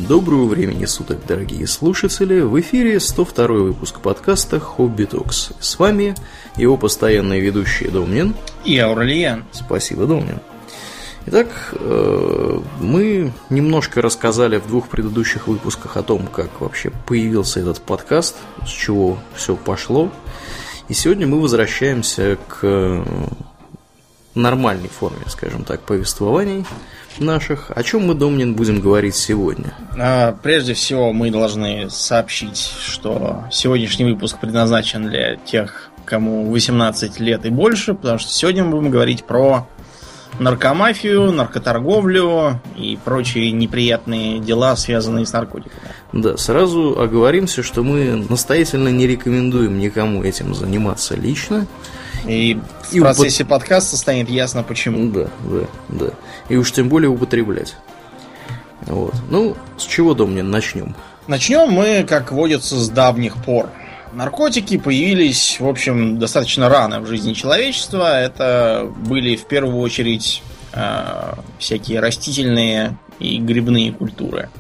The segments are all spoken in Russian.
Доброго времени суток, дорогие слушатели! В эфире 102 выпуск подкаста «Хобби Токс». С вами его постоянные ведущие Домнин и Аурельян. Спасибо, Домнин. Итак, мы немножко рассказали в двух предыдущих выпусках о том, как вообще появился этот подкаст, с чего все пошло. И сегодня мы возвращаемся к нормальной форме, скажем так, повествований наших. О чем мы, Домнин, будем говорить сегодня? Прежде всего, мы должны сообщить, что сегодняшний выпуск предназначен для тех, кому 18 лет и больше, потому что сегодня мы будем говорить про наркомафию, наркоторговлю и прочие неприятные дела, связанные с наркотиками. Да, сразу оговоримся, что мы настоятельно не рекомендуем никому этим заниматься лично. И в процессе подкаста станет ясно, почему. Да. И уж тем более употреблять. Вот. Ну, с чего, Домнин, начнем? Начнем мы, как водится, с давних пор. Наркотики появились, в общем, достаточно рано в жизни человечества. Это были, в первую очередь, всякие растительные и грибные культуры.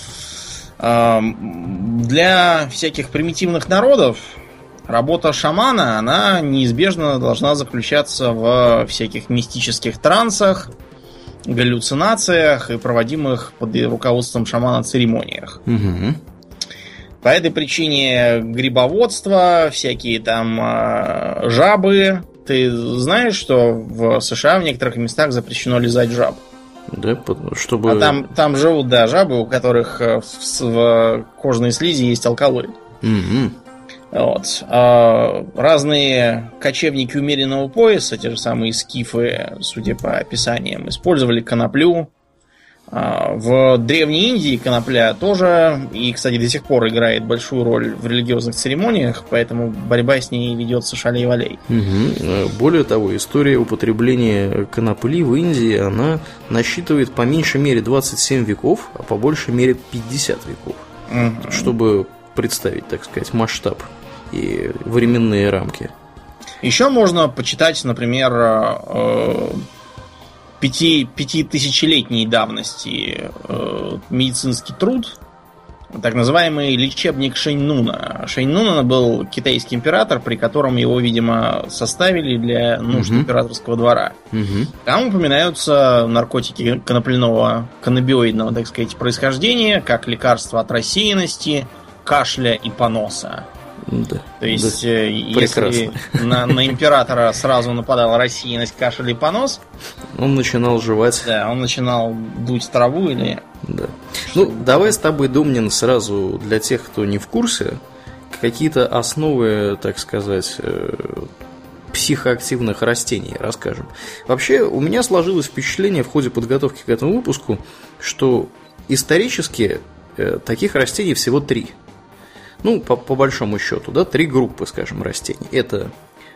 Для всяких примитивных народов работа шамана, она неизбежно должна заключаться в всяких мистических трансах, галлюцинациях и проводимых под руководством шамана церемониях. Угу. По этой причине грибоводство, всякие там жабы. Ты знаешь, что в США в некоторых местах запрещено лизать жаб? Да, чтобы... А там живут, да, жабы, у которых в кожной слизи есть алкалоид. Угу. Вот. Разные кочевники умеренного пояса, те же самые скифы, судя по описаниям, использовали коноплю. В Древней Индии конопля тоже, и, кстати, до сих пор играет большую роль в религиозных церемониях, поэтому борьба с ней ведется шалей-валей. Угу. Более того, история употребления конопли в Индии, она насчитывает по меньшей мере 27 веков, а по большей мере 50 веков. Угу. Чтобы представить, так сказать, масштаб и временные рамки. Еще можно почитать, например, пятитысячелетней давности медицинский труд, так называемый лечебник Шэньнуна. Шэньнун был китайский император, при котором его, видимо, составили для нужд императорского двора. Там упоминаются наркотики конопляного, каннабиоидного, так сказать, происхождения, как лекарства от рассеянности, кашля и поноса. Да, то есть, да, если на императора сразу нападала рассеянность, кашель и понос, он начинал жевать. Да, он начинал дуть траву или... Да. Ну, давай с тобой, Домнин, сразу для тех, кто не в курсе, какие-то основы, так сказать, психоактивных растений расскажем. Вообще, у меня сложилось впечатление в ходе подготовки к этому выпуску, что исторически таких растений всего 3. Ну, по большому счету, да, 3 группы, скажем, растений. Это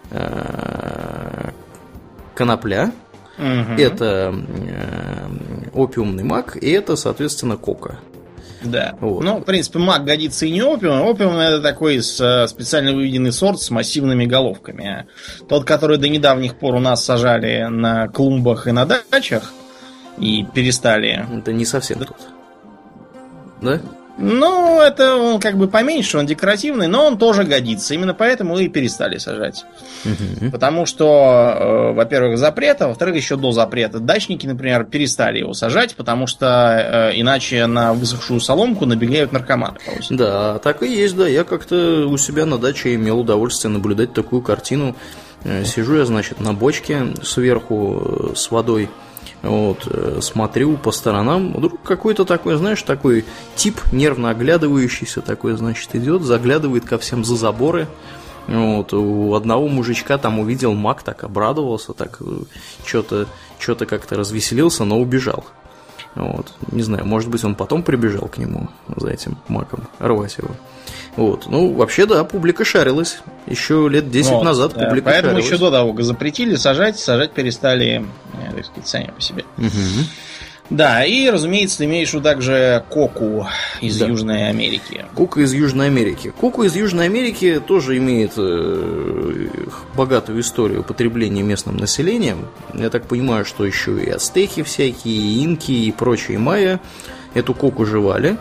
конопля, это опиумный мак, и это, соответственно, кока. Да. Вот. Ну, в принципе, мак годится и не опиум. Опиум — это такой специально выведенный сорт с массивными головками. Тот, который до недавних пор у нас сажали на клумбах и на дачах и перестали. Это не совсем тот. Да? Ну, это он как бы поменьше, он декоративный, но он тоже годится. Именно поэтому и перестали сажать. Потому что, во-первых, запрет, а во-вторых, еще до запрета дачники, например, перестали его сажать, потому что иначе на высохшую соломку набегают наркоманы. Да, так и есть, да. Я как-то у себя на даче имел удовольствие наблюдать такую картину. Сижу я, значит, на бочке сверху с водой. Вот, смотрю по сторонам, вдруг какой-то такой, знаешь, такой тип нервно оглядывающийся такой, значит, идет, заглядывает ко всем за заборы. Вот, у одного мужичка там увидел мак, так обрадовался, так что-то как-то развеселился, но убежал. Вот, не знаю, может быть, он потом прибежал к нему за этим маком, рвать его. Вот. Ну, вообще, да, публика шарилась. Еще лет 10 назад публика поэтому шарилась. Еще до того, как запретили сажать перестали, так сказать, сами по себе. Да, и, разумеется, ты имеешь в виду также коку из Южной Америки. Кока из Южной Америки. Кока из Южной Америки тоже имеет богатую историю употребления местным населением. Я так понимаю, что еще и ацтеки всякие, и инки, и прочие майя эту коку жевали.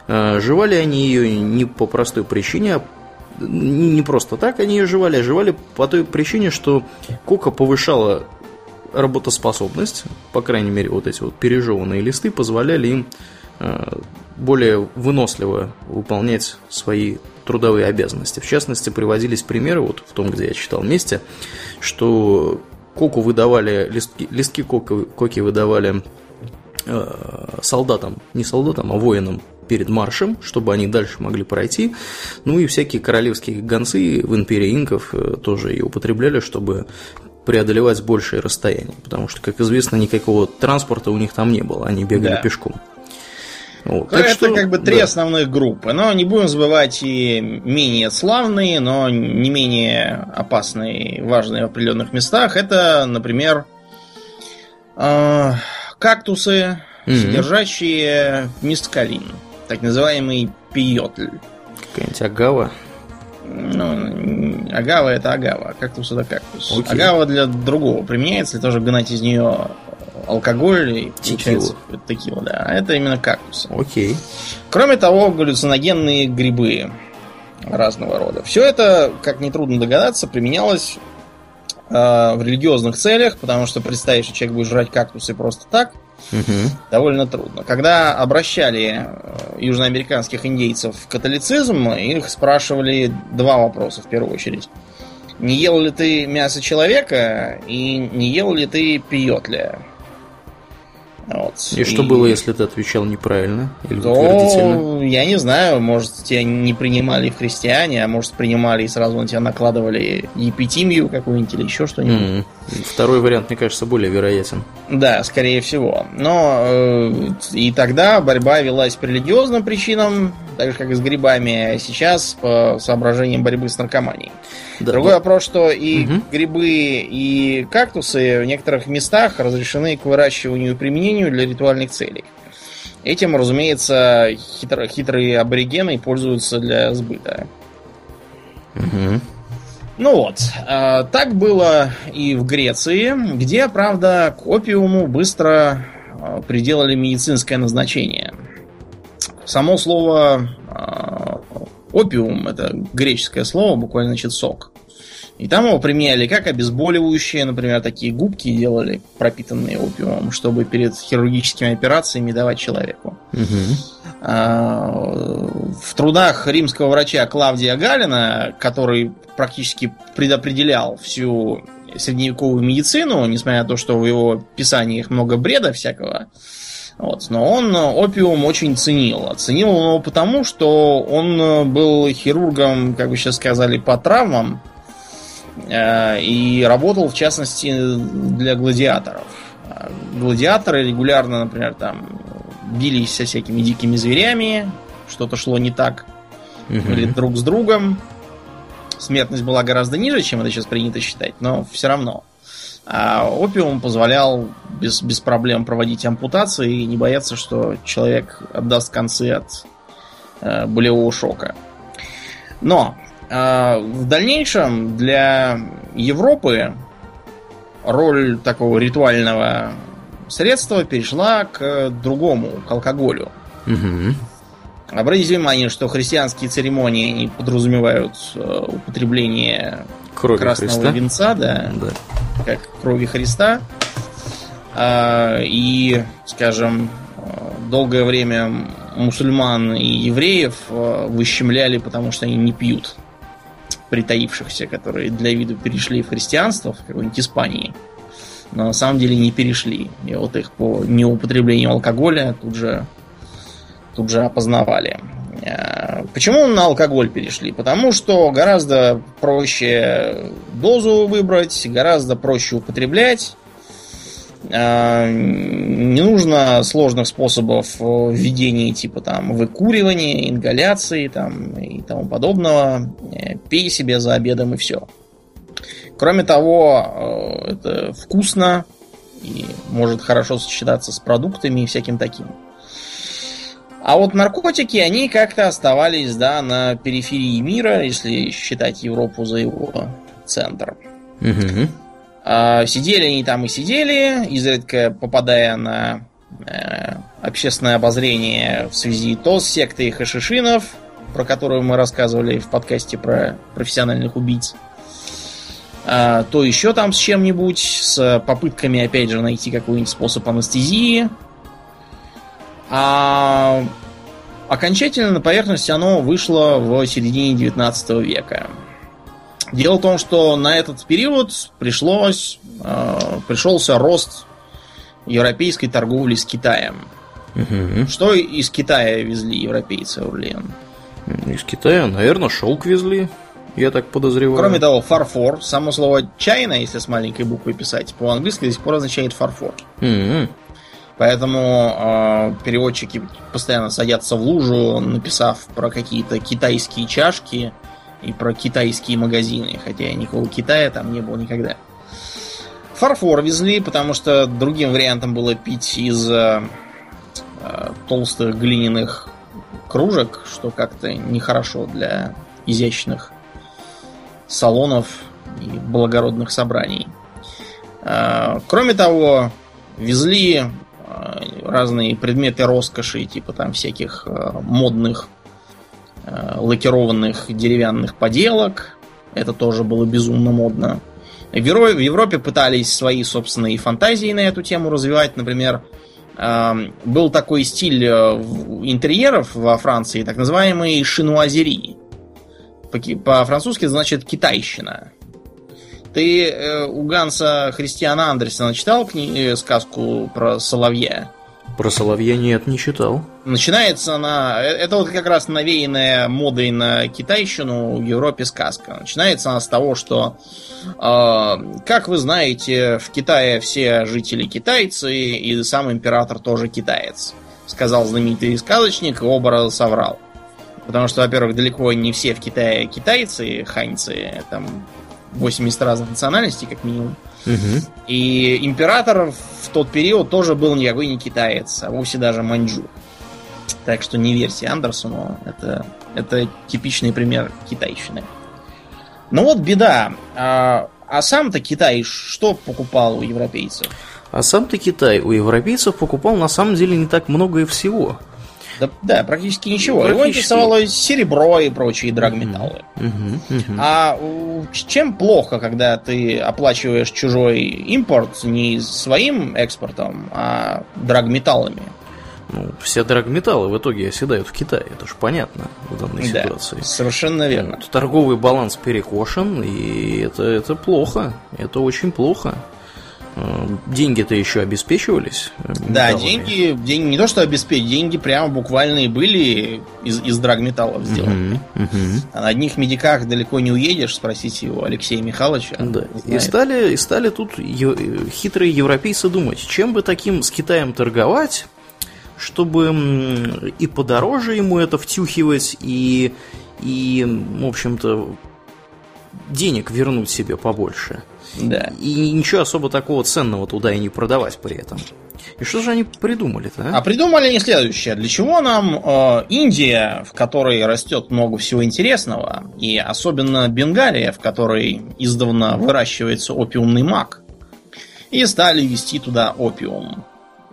Жевали они ее не по простой причине, а не просто так они ее жевали, а жевали по той причине, что кока повышала работоспособность, по крайней мере, вот эти вот пережеванные листы позволяли им более выносливо выполнять свои трудовые обязанности. В частности, приводились примеры, вот в том, где я читал месте, что коку выдавали, листки коки выдавали солдатам, не солдатам, а воинам перед маршем, чтобы они дальше могли пройти. Ну и всякие королевские гонцы в империи инков тоже ее употребляли, чтобы преодолевать большие расстояния, потому что, как известно, никакого транспорта у них там не было, они бегали пешком. Вот. Так это что, как бы три основных группы. Но не будем забывать и менее славные, но не менее опасные, важные в определенных местах. Это, например, кактусы, содержащие мескалин, так называемый пиотль. Какая-нибудь агава. Ну, агава это агава, кактус это кактус. Окей. Агава для другого применяется, для того, чтобы гнать из нее алкоголь и текилу. Текила, да. А это именно кактусы. Окей. Кроме того, галлюциногенные грибы разного рода. Все это, как нетрудно догадаться, применялось в религиозных целях, потому что представить, что человек будет жрать кактусы просто так, довольно трудно. Когда обращали южноамериканских индейцев в католицизм, их спрашивали два вопроса в первую очередь. Не ел ли ты мясо человека и не ел ли ты пиотля? Вот. И что было, если ты отвечал неправильно или утвердительно? Я не знаю, может, тебя не принимали в христиане, а может, принимали и сразу на тебя накладывали епитимию какую-нибудь или еще что-нибудь. Второй вариант, мне кажется, более вероятен. Да, скорее всего. Но и тогда борьба велась по религиозным причинам, так же, как и с грибами, а сейчас по соображениям борьбы с наркоманией. Да, Другой вопрос, что и грибы, и кактусы в некоторых местах разрешены к выращиванию и применению для ритуальных целей. Этим, разумеется, хитрые аборигены пользуются для сбыта. Ну вот, так было и в Греции, где, правда, к опиуму быстро приделали медицинское назначение. Само слово опиум, это греческое слово, буквально значит сок. И там его применяли как обезболивающее, например, такие губки делали, пропитанные опиумом, чтобы перед хирургическими операциями давать человеку. В трудах римского врача Клавдия Галена, который практически предопределял всю средневековую медицину, несмотря на то, что в его писаниях много бреда всякого, вот, но он опиум очень ценил. Ценил он его потому, что он был хирургом, как бы сейчас сказали, по травмам, и работал, в частности, для гладиаторов. Гладиаторы регулярно, например, там бились со всякими дикими зверями, что-то шло не так, или друг с другом. Смертность была гораздо ниже, чем это сейчас принято считать, но все равно. А опиум позволял без проблем проводить ампутации и не бояться, что человек отдаст концы от болевого шока. Но в дальнейшем для Европы роль такого ритуального средства перешла к другому, к алкоголю. Обратите внимание, что христианские церемонии они подразумевают употребление крови красного Христа. винца, да, как крови Христа. И, скажем, долгое время мусульман и евреев выщемляли, потому что они не пьют, притаившихся, которые для виду перешли в христианство в какой-нибудь Испании, но на самом деле не перешли. И вот их по неупотреблению алкоголя тут же опознавали. Почему на алкоголь перешли? Потому что гораздо проще дозу выбрать, гораздо проще употреблять. Не нужно сложных способов введения, типа там выкуривания, ингаляции там, и тому подобного. Пей себе за обедом и все. Кроме того, это вкусно и может хорошо сочетаться с продуктами и всяким таким. А вот наркотики, они как-то оставались, да, на периферии мира, если считать Европу за его центр. Сидели они там и сидели, изредка попадая на общественное обозрение в связи то с сектой хашишинов, про которую мы рассказывали в подкасте про профессиональных убийц, то еще там с чем-нибудь, с попытками, опять же, найти какой-нибудь способ анестезии. А окончательно на поверхность оно вышло в середине 19 века. Дело в том, что на этот период пришелся рост европейской торговли с Китаем. Угу. Что из Китая везли европейцы, Урлиен? Из Китая, наверное, шелк везли, я так подозреваю. Кроме того, фарфор. Само слово China, если с маленькой буквы писать, по-английски до сих пор означает фарфор. Угу. Поэтому переводчики постоянно садятся в лужу, написав про какие-то китайские чашки и про китайские магазины, хотя никакого Китая там не было никогда. Фарфор везли, потому что другим вариантом было пить из толстых глиняных кружек, что как-то нехорошо для изящных салонов и благородных собраний. Кроме того, везли разные предметы роскоши, типа там всяких модных лакированных деревянных поделок. Это тоже было безумно модно. В Европе пытались свои собственные фантазии на эту тему развивать. Например, был такой стиль интерьеров во Франции, так называемый шинуазери. По-французски значит китайщина. Ты у Ганса Христиана Андерсена читал сказку про соловья? Про соловья нет, не читал. Начинается она... Это вот как раз навеянная модой на китайщину в Европе сказка. Начинается она с того, что, как вы знаете, в Китае все жители китайцы, и сам император тоже китаец. Сказал знаменитый сказочник, и оба соврал. Потому что, во-первых, далеко не все в Китае китайцы, ханьцы, там 80 разных национальностей, как минимум. Угу. И император в тот период тоже был никакой не китаец, а вовсе даже маньчжур. Так что не верьте Андерсону, это типичный пример китайщины. Но вот беда. А сам-то Китай что покупал у европейцев? А сам-то Китай у европейцев покупал на самом деле не так много и всего. Да, практически ничего. Его интересовало серебро и прочие драгметаллы. А чем плохо, когда ты оплачиваешь чужой импорт не своим экспортом, а драгметаллами? Ну, все драгметаллы в итоге оседают в Китае, это же понятно в данной ситуации. Совершенно верно. Вот, торговый баланс перекошен, и это плохо, это очень плохо. Деньги-то еще обеспечивались? Да, деньги не то что обеспечить, деньги прямо буквально и были из драгметаллов сделаны. А на одних медиках далеко не уедешь, спросите его Алексея Михайловича. Да. И стали тут хитрые европейцы думать, чем бы таким с Китаем торговать, чтобы и подороже ему это втюхивать, и в общем-то, денег вернуть себе побольше. Да. И ничего особо такого ценного туда и не продавать при этом. И что же они придумали-то? А придумали они следующее. Для чего нам Индия, в которой растет много всего интересного, и особенно Бенгалия, в которой издавна выращивается опиумный мак, и стали везти туда опиум.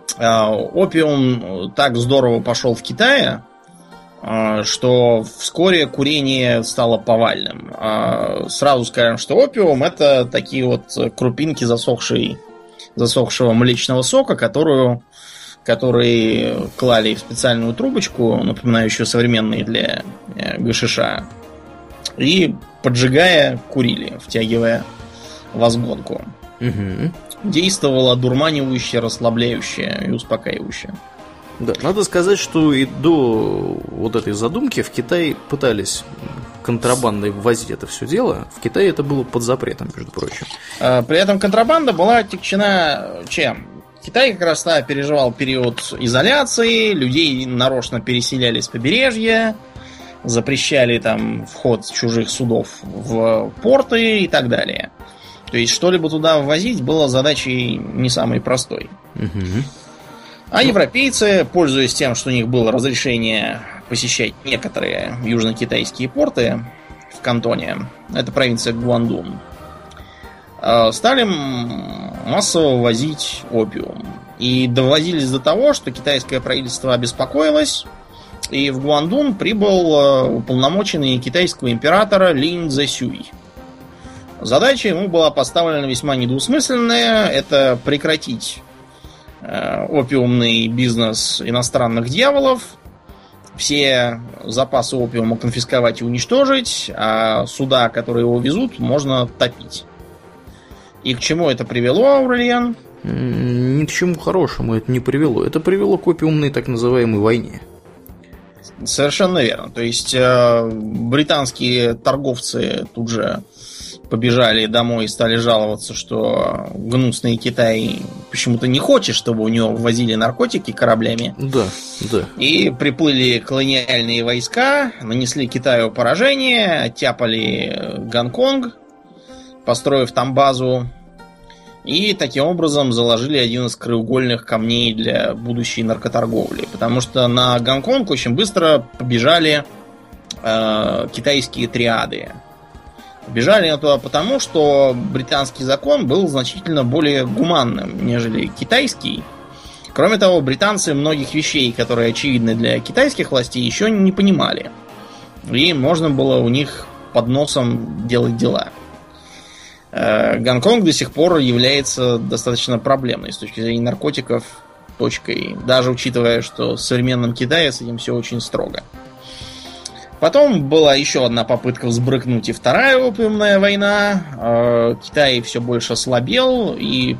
Опиум так здорово пошел в Китае, что вскоре курение стало повальным. Сразу скажем, что опиум — это такие вот крупинки засохшего млечного сока, которые клали в специальную трубочку, напоминающую современные для гашиша, и, поджигая, курили, втягивая возгонку. Угу. Действовало одурманивающе, расслабляюще и успокаивающе. Да, надо сказать, что и до вот этой задумки в Китай пытались контрабандой ввозить это все дело. В Китае это было под запретом, между прочим. При этом контрабанда была отягчена чем? Китай как раз переживал период изоляции, людей нарочно переселяли с побережья, запрещали там вход чужих судов в порты и так далее. То есть что-либо туда ввозить было задачей не самой простой. Угу. А европейцы, пользуясь тем, что у них было разрешение посещать некоторые южно-китайские порты в Кантоне, это провинция Гуандун, стали массово возить опиум. И довозились до того, что китайское правительство обеспокоилось, и в Гуандун прибыл уполномоченный китайского императора Линь Цзэсюй. Задача ему была поставлена весьма недвусмысленная. Это прекратить опиумный бизнес иностранных дьяволов, все запасы опиума конфисковать и уничтожить, а суда, которые его везут, можно топить. И к чему это привело, Аурельян? Ни к чему хорошему это не привело. Это привело к опиумной так называемой войне. Совершенно верно. То есть британские торговцы тут же побежали домой и стали жаловаться, что гнусный Китай почему-то не хочет, чтобы у него ввозили наркотики кораблями. Да, да. И приплыли колониальные войска, нанесли Китаю поражение, оттяпали Гонконг, построив там базу, и таким образом заложили один из краеугольных камней для будущей наркоторговли. Потому что на Гонконг очень быстро побежали китайские триады. Бежали они туда потому, что британский закон был значительно более гуманным, нежели китайский. Кроме того, британцы многих вещей, которые очевидны для китайских властей, еще не понимали. И можно было у них под носом делать дела. Гонконг до сих пор является достаточно проблемной с точки зрения наркотиков точкой, даже учитывая, что в современном Китае с этим все очень строго. Потом была еще одна попытка взбрыкнуть, и вторая опиумная война. Китай все больше слабел и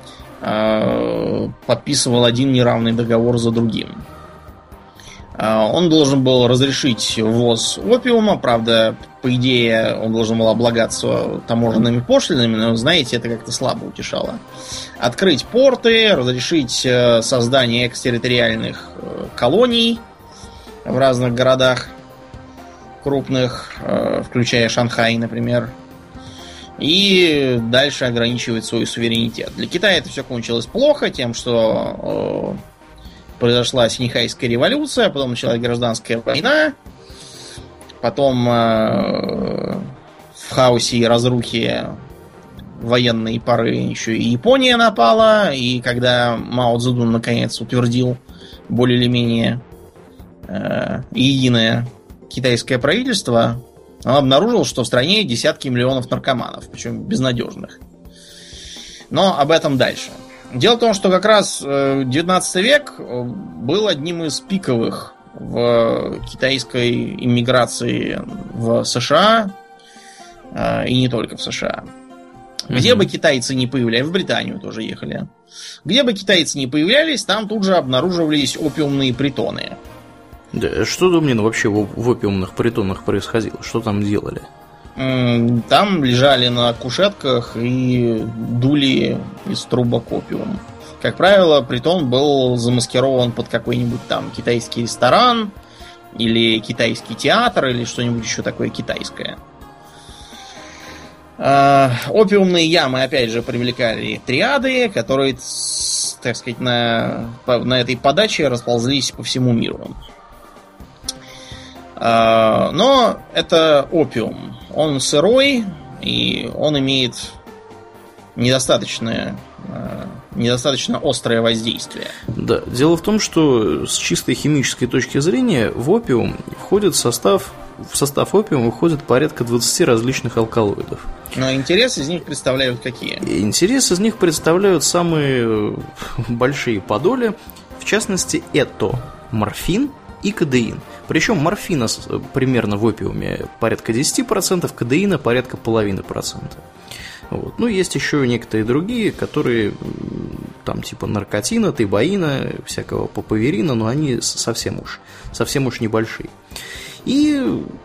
подписывал один неравный договор за другим. Он должен был разрешить ввоз опиума, правда, по идее, он должен был облагаться таможенными пошлинами, но, знаете, это как-то слабо утешало. Открыть порты, разрешить создание экстерриториальных колоний в разных городах крупных, включая Шанхай, например, и дальше ограничивать свой суверенитет. Для Китая это все кончилось плохо тем, что произошла Синьхайская революция, потом началась гражданская война, потом в хаосе и разрухе военной поры еще и Япония напала, и когда Мао Цзэдун наконец утвердил более или менее единое китайское правительство, он обнаружил, что в стране десятки миллионов наркоманов, причем безнадежных. Но об этом дальше. Дело в том, что как раз 19 век был одним из пиковых в китайской иммиграции в США, и не только в США. Где бы китайцы ни появлялись, в Британию тоже ехали. Где бы китайцы ни появлялись, там тут же обнаруживались опиумные притоны. Да, что, Домнин, вообще в опиумных притонах происходило? Что там делали? Там лежали на кушетках и дули из трубок опиум. Как правило, притон был замаскирован под какой-нибудь там китайский ресторан или китайский театр или что-нибудь еще такое китайское. Опиумные ямы, опять же, привлекали триады, которые, так сказать, на этой подаче расползлись по всему миру. Но это опиум. Он сырой, и он имеет недостаточно острое воздействие. Да, дело в том, что с чистой химической точки зрения в опиум входит в состав опиума входит порядка 20 различных алкалоидов. Но интерес из них представляют какие? Интерес из них представляют самые большие по доле. В частности, это морфин и кодеин. Причем морфина примерно в опиуме порядка 10%, кодеина порядка 0,5%. Вот. Ну, есть еще некоторые другие, которые там типа наркотина, тейбаина, всякого папаверина, но они совсем уж небольшие. И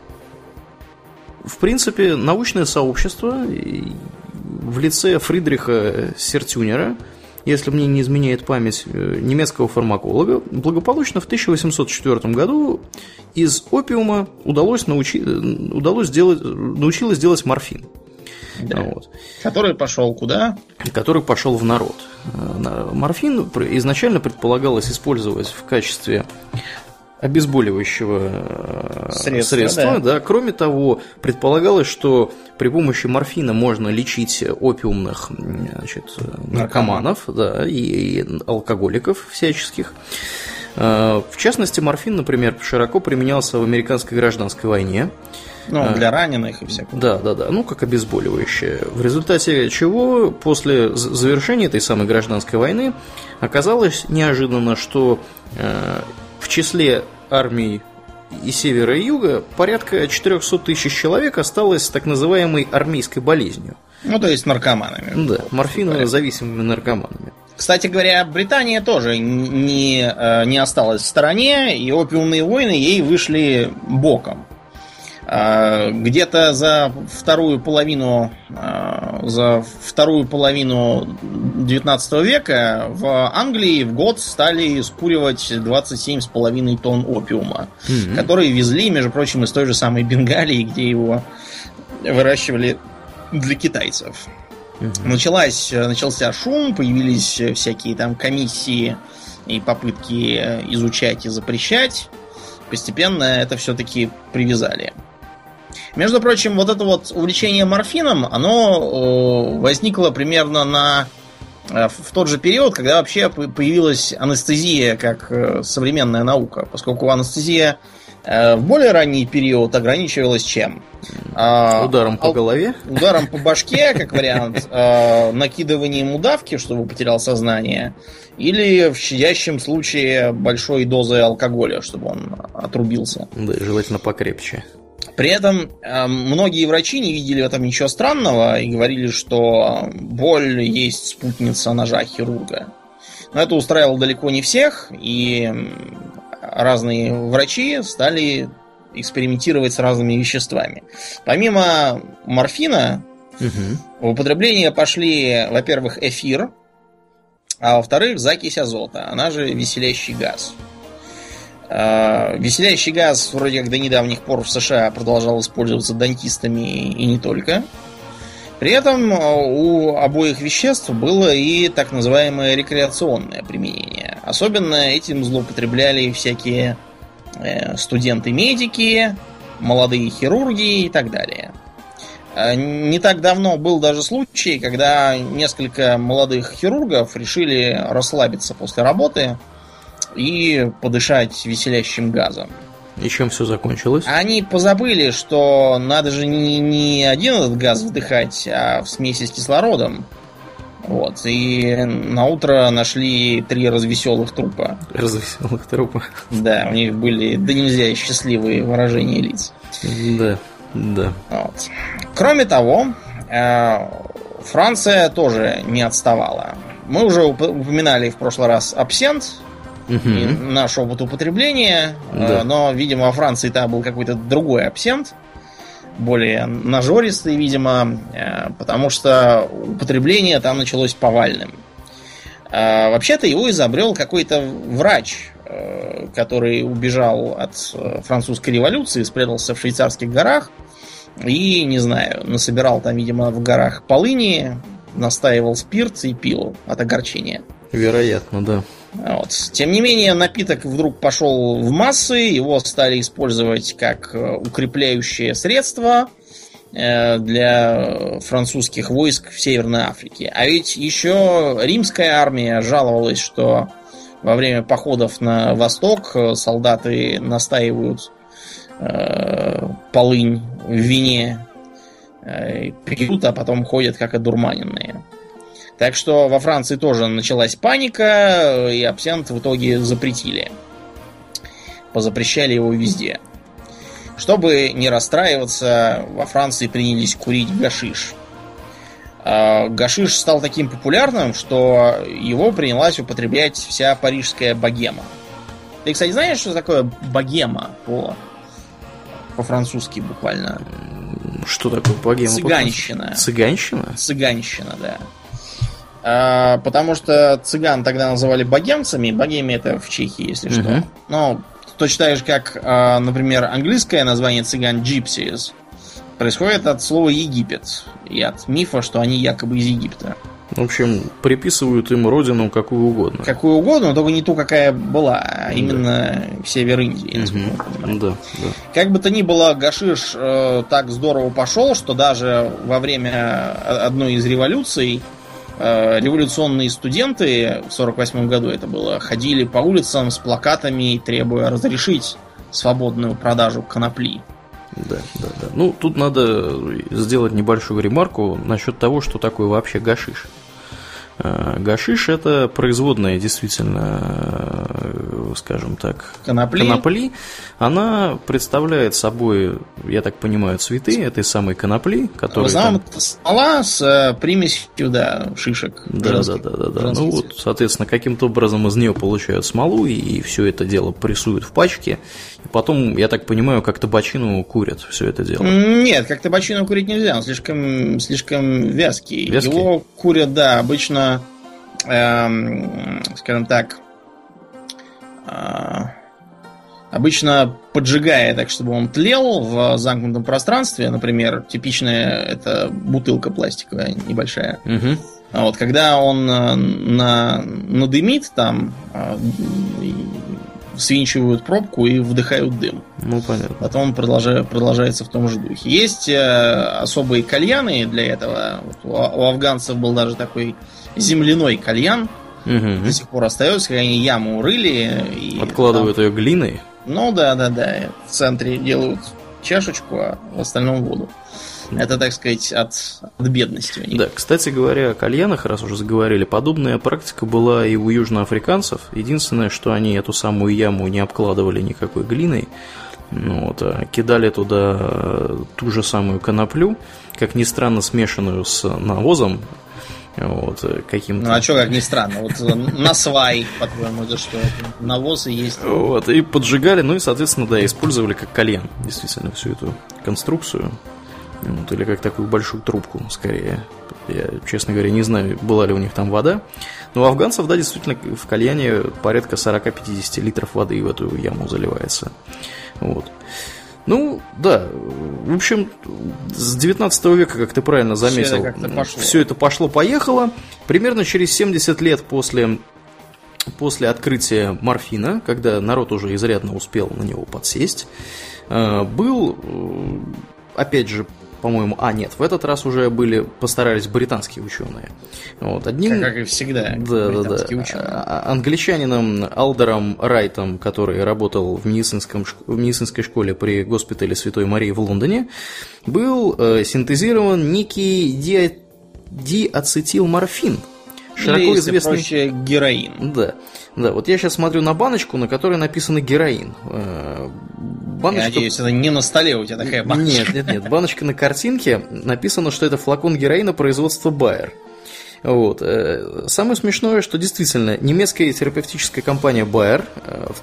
в принципе научное сообщество в лице Фридриха Сертюнера, если мне не изменяет память, немецкого фармаколога, благополучно в 1804 году из опиума научилось делать морфин. Да. Вот. Который пошел куда? Который пошел в народ. Морфин изначально предполагалось использовать в качестве обезболивающего средства. Да. Кроме того, предполагалось, что при помощи морфина можно лечить опиумных, значит, наркоманов, да, и алкоголиков всяческих. В частности, морфин, например, широко применялся в американской гражданской войне. Ну, для раненых и всякого. Да. Ну, как обезболивающее. В результате чего после завершения этой самой гражданской войны оказалось неожиданно, что в числе армий и севера, и юга порядка 400 тысяч человек осталось с так называемой армейской болезнью. Ну, то есть наркоманами. Да, морфинозависимыми наркоманами. Кстати говоря, Британия тоже не осталась в стороне, и опиумные войны ей вышли боком. Где-то за вторую половину 19 века в Англии в год стали скуривать 27,5 тонн опиума, которые везли, между прочим, из той же самой Бенгалии, где его выращивали для китайцев. Начался шум, появились всякие там комиссии и попытки изучать и запрещать. Постепенно это все-таки привязали. Между прочим, вот это вот увлечение морфином, оно возникло примерно в тот же период, когда вообще появилась анестезия как современная наука, поскольку анестезия в более ранний период ограничивалась чем? Ударом по голове? Ударом по башке, как вариант, накидыванием удавки, чтобы потерял сознание, или в щадящем случае большой дозой алкоголя, чтобы он отрубился. Да, желательно покрепче. При этом многие врачи не видели в этом ничего странного и говорили, что боль есть спутница ножа хирурга. Но это устраивало далеко не всех, и разные врачи стали экспериментировать с разными веществами. Помимо морфина, в употребление пошли, во-первых, эфир, а во-вторых, закись азота, она же веселящий газ. Веселящий газ вроде как до недавних пор в США продолжал использоваться дантистами и не только. При этом у обоих веществ было и так называемое рекреационное применение. Особенно этим злоупотребляли всякие студенты-медики, молодые хирурги и так далее. Не так давно был даже случай, когда несколько молодых хирургов решили расслабиться после работы и подышать веселящим газом. И чем все закончилось? Они позабыли, что надо же не один этот газ вдыхать, а в смеси с кислородом. Вот. И на утро нашли 3 развеселых трупа. Развеселых трупа. Да, у них были да нельзя счастливые выражения лиц. Да. Вот. Кроме того, Франция тоже не отставала. Мы уже упоминали в прошлый раз абсент. И наш опыт употребления, но, видимо, во Франции там был какой-то другой абсент, более нажористый, видимо, потому что употребление там началось повальным. Вообще-то его изобрел какой-то врач, который убежал от французской революции, спрятался в швейцарских горах и, не знаю, насобирал там, видимо, в горах полыни, настаивал спирт и пил от огорчения. Вероятно, да. Вот. Тем не менее, напиток вдруг пошел в массы, его стали использовать как укрепляющее средство для французских войск в Северной Африке. А ведь еще римская армия жаловалась, что во время походов на восток солдаты настаивают полынь в вине, пьют, а потом ходят как одурманенные. Так что во Франции тоже началась паника, и абсент в итоге запретили. Позапрещали его везде. Чтобы не расстраиваться, во Франции принялись курить гашиш. Гашиш стал таким популярным, что его принялась употреблять вся парижская богема. Ты, кстати, знаешь, что такое богема по-французски буквально? Что такое богема? Цыганщина. Цыганщина? Цыганщина, да. Потому что цыган тогда называли богемцами. Богемия это в Чехии, если что. Но точно так же, как, например, английское название цыган gypsies происходит от слова Египет и от мифа, что они якобы из Египта. В общем, приписывают им родину какую угодно. Какую угодно, но только не ту, какая была, а именно север Индии. Да. Как бы то ни было, гашиш так здорово пошел, что даже во время одной из революций революционные студенты, в 1948 году это было, ходили по улицам с плакатами, требуя разрешить свободную продажу конопли. Да. Ну, тут надо сделать небольшую ремарку насчет того, что такое вообще гашиш. Гашиш – это производная, действительно, скажем так, конопли. Она представляет собой, я так понимаю, цветы этой самой конопли, которые... В основном это смола с примесью, шишек. Да. Ну вот, соответственно, каким-то образом из нее получают смолу, и все это дело прессуют в пачке. И потом, я так понимаю, как табачину курят все это дело. Нет, как табачину курить нельзя, он слишком вязкий. Его курят, обычно, скажем так, обычно поджигая так, чтобы он тлел в замкнутом пространстве. Например, типичная это бутылка пластиковая небольшая. Угу. А вот когда он надымит, там свинчивают пробку и вдыхают дым. Ну, понятно. Потом продолжается в том же духе. Есть особые кальяны для этого. Вот у афганцев был даже такой земляной кальян. Угу. До сих пор остается, когда они яму рыли. И откладывают ее глиной. Ну да. В центре делают чашечку, а в остальном воду. Это, так сказать, от бедности у них. Да, кстати говоря, о кальянах, раз уже заговорили, подобная практика была и у южноафриканцев. Единственное, что они эту самую яму не обкладывали никакой глиной, а кидали туда ту же самую коноплю, как ни странно, смешанную с навозом. Каким-то... Ну а что, как ни странно, насвай, по-твоему, это что? Навоз и есть. И поджигали, и, соответственно, использовали как кальян, действительно, всю эту конструкцию. Или как такую большую трубку, скорее. Я, честно говоря, не знаю, была ли у них там вода. Но у афганцев, действительно, в кальяне порядка 40-50 литров воды в эту яму заливается. Ну, да, в общем, с 19 века, как ты правильно заметил, все это пошло-поехало. Примерно через 70 лет после открытия морфина, когда народ уже изрядно успел на него подсесть, был, опять же, по-моему, в этот раз уже постарались британские ученые. Как и всегда, британские ученые. Англичанином Алдером Райтом, который работал в медицинской школе при госпитале Святой Марии в Лондоне, был синтезирован некий диацетилморфин. Широко известный, проще, героин. Да, вот я сейчас смотрю на баночку, на которой написано героин. Я надеюсь, это не на столе у тебя такая баночка. Нет. Баночка на картинке написано, что это флакон героина производства Bayer. Самое смешное, что действительно немецкая терапевтическая компания Bayer в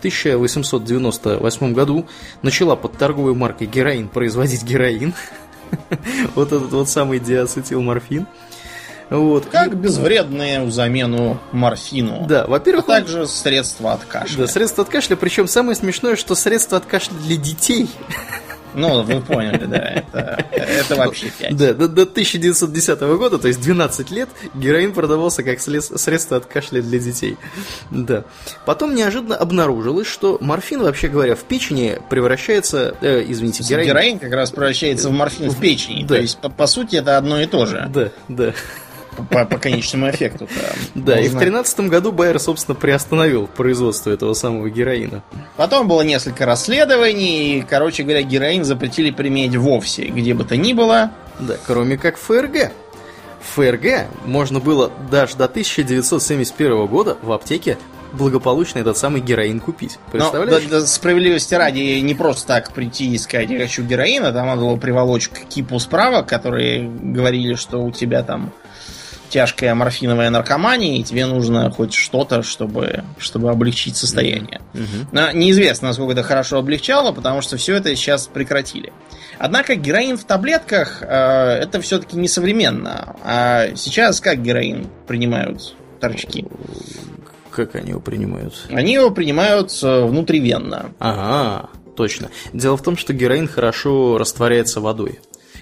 1898 году начала под торговой маркой героин производить героин. Вот этот самый диацетилморфин. Как безвредные в замену морфину. Да, во-первых, а также средства от кашля. Да, средства от кашля, причем самое смешное, что средства от кашля для детей. Ну, вы поняли, да, это вообще 5. Да, до 1910 года, то есть 12 лет, героин продавался как средство от кашля для детей. Да. Потом неожиданно обнаружилось, что морфин, вообще говоря, в печени превращается, героин как раз превращается в морфин в печени. Да. То есть, по сути, это одно и то же. Да. По конечному эффекту. Да, и в 2013 году Bayer, собственно, приостановил производство этого самого героина. Потом было несколько расследований, и, короче говоря, героин запретили применять вовсе, где бы то ни было. Да, кроме как ФРГ. В ФРГ можно было даже до 1971 года в аптеке благополучно этот самый героин купить. Представляешь? Но, справедливости ради, не просто так прийти и сказать, я хочу героина, там надо было приволочь к кипу справок, которые говорили, что у тебя там тяжкая морфиновая наркомания, и тебе нужно хоть что-то, чтобы облегчить состояние. Но неизвестно, насколько это хорошо облегчало, потому что все это сейчас прекратили. Однако героин в таблетках это все-таки не современно. А сейчас как героин принимают торчки? Как они его принимают? Они его принимают внутривенно. Ага, точно. Дело в том, что героин хорошо растворяется водой.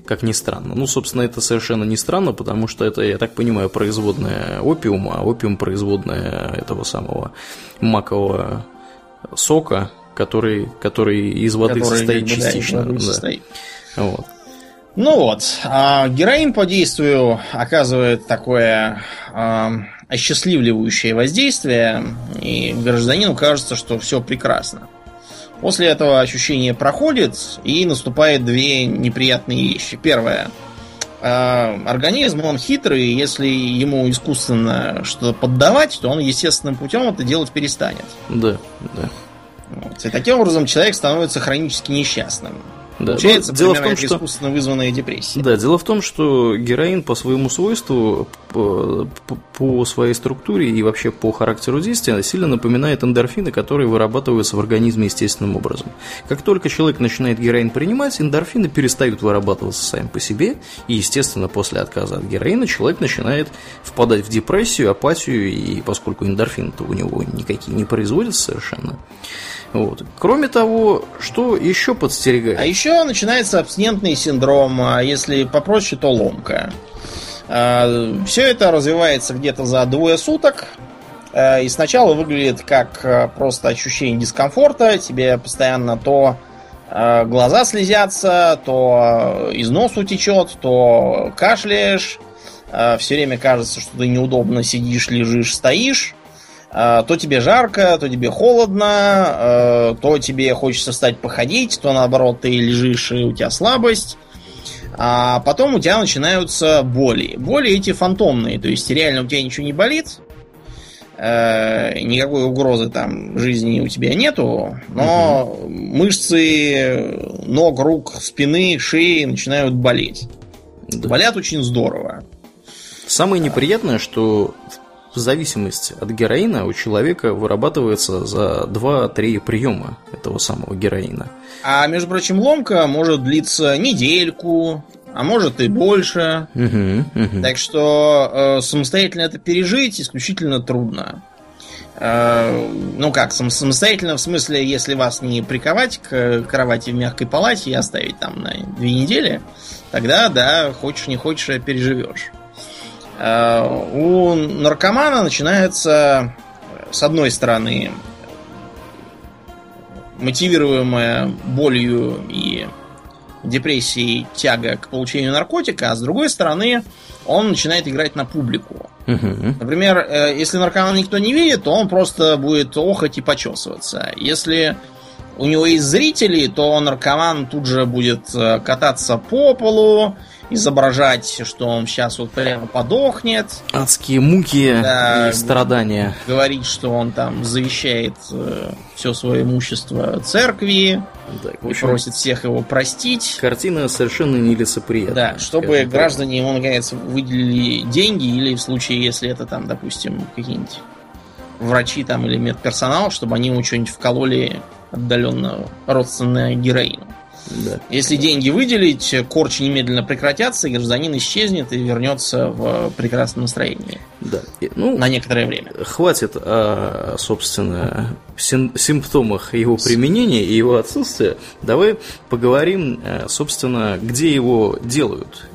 как ни странно. Ну, собственно, это совершенно не странно, потому что это, я так понимаю, производная опиума, а опиум производная этого самого макового сока, который из воды состоит частично. Да, состоит. Вот. Ну вот, героин по действию оказывает такое осчастливливающее воздействие, и гражданину кажется, что все прекрасно. После этого ощущение проходит, и наступает две неприятные вещи. Первое. Организм, он хитрый, если ему искусственно что-то поддавать, то он естественным путем это делать перестанет. Да, да. Вот. И таким образом человек становится хронически несчастным. Да. Получается, дело примерно, в том, что искусственно вызванная депрессия. Да, дело в том, что героин по своему свойству, по своей структуре и вообще по характеру действия сильно напоминает эндорфины, которые вырабатываются в организме естественным образом. Как только человек начинает героин принимать, эндорфины перестают вырабатываться сами по себе, и, естественно, после отказа от героина человек начинает впадать в депрессию, апатию, и поскольку эндорфины-то у него никакие не производятся совершенно. Вот. Кроме того, что еще подстерегает? А еще начинается абстинентный синдром, а если попроще, то ломка. Все это развивается где-то за 2 суток, и сначала выглядит как просто ощущение дискомфорта, тебе постоянно то глаза слезятся, то из носу течет, то кашляешь, все время кажется, что ты неудобно сидишь, лежишь, стоишь. То тебе жарко, то тебе холодно, то тебе хочется встать походить, то наоборот ты лежишь и у тебя слабость. А потом у тебя начинаются боли. Боли эти фантомные, то есть реально у тебя ничего не болит, никакой угрозы там жизни у тебя нету, но мышцы ног, рук, спины, шеи начинают болеть. Да. Болят очень здорово. Самое неприятное, что в зависимости от героина у человека вырабатывается за 2-3 приема этого самого героина. А, между прочим, ломка может длиться недельку, а может и больше. Так что самостоятельно это пережить исключительно трудно. Ну как, самостоятельно в смысле, если вас не приковать к кровати в мягкой палате и оставить там на 2 недели, тогда, да, хочешь не хочешь, переживешь. У наркомана начинается, с одной стороны, мотивируемая болью и депрессией тяга к получению наркотика, а с другой стороны, он начинает играть на публику. Например, если наркомана никто не видит, то он просто будет охать и почесываться. Если у него есть зрители, то наркоман тут же будет кататься по полу, изображать, что он сейчас вот прямо подохнет. Адские муки, да, и страдания. Говорить, что он там завещает все свое имущество церкви, да, и просит всех его простить. Картина совершенно нелицеприятная. Да, чтобы граждане ему, наконец, выделили деньги, или в случае, если это там, допустим, какие-нибудь врачи там или медперсонал, чтобы они ему что-нибудь вкололи отдаленно родственное героину. Да. Если деньги выделить, корчи немедленно прекратятся, и гражданин исчезнет и вернется в прекрасном настроении. Да. Ну, на некоторое время. Хватит о, собственно, симптомах его применения и его отсутствия. Давай поговорим, собственно, где его делают.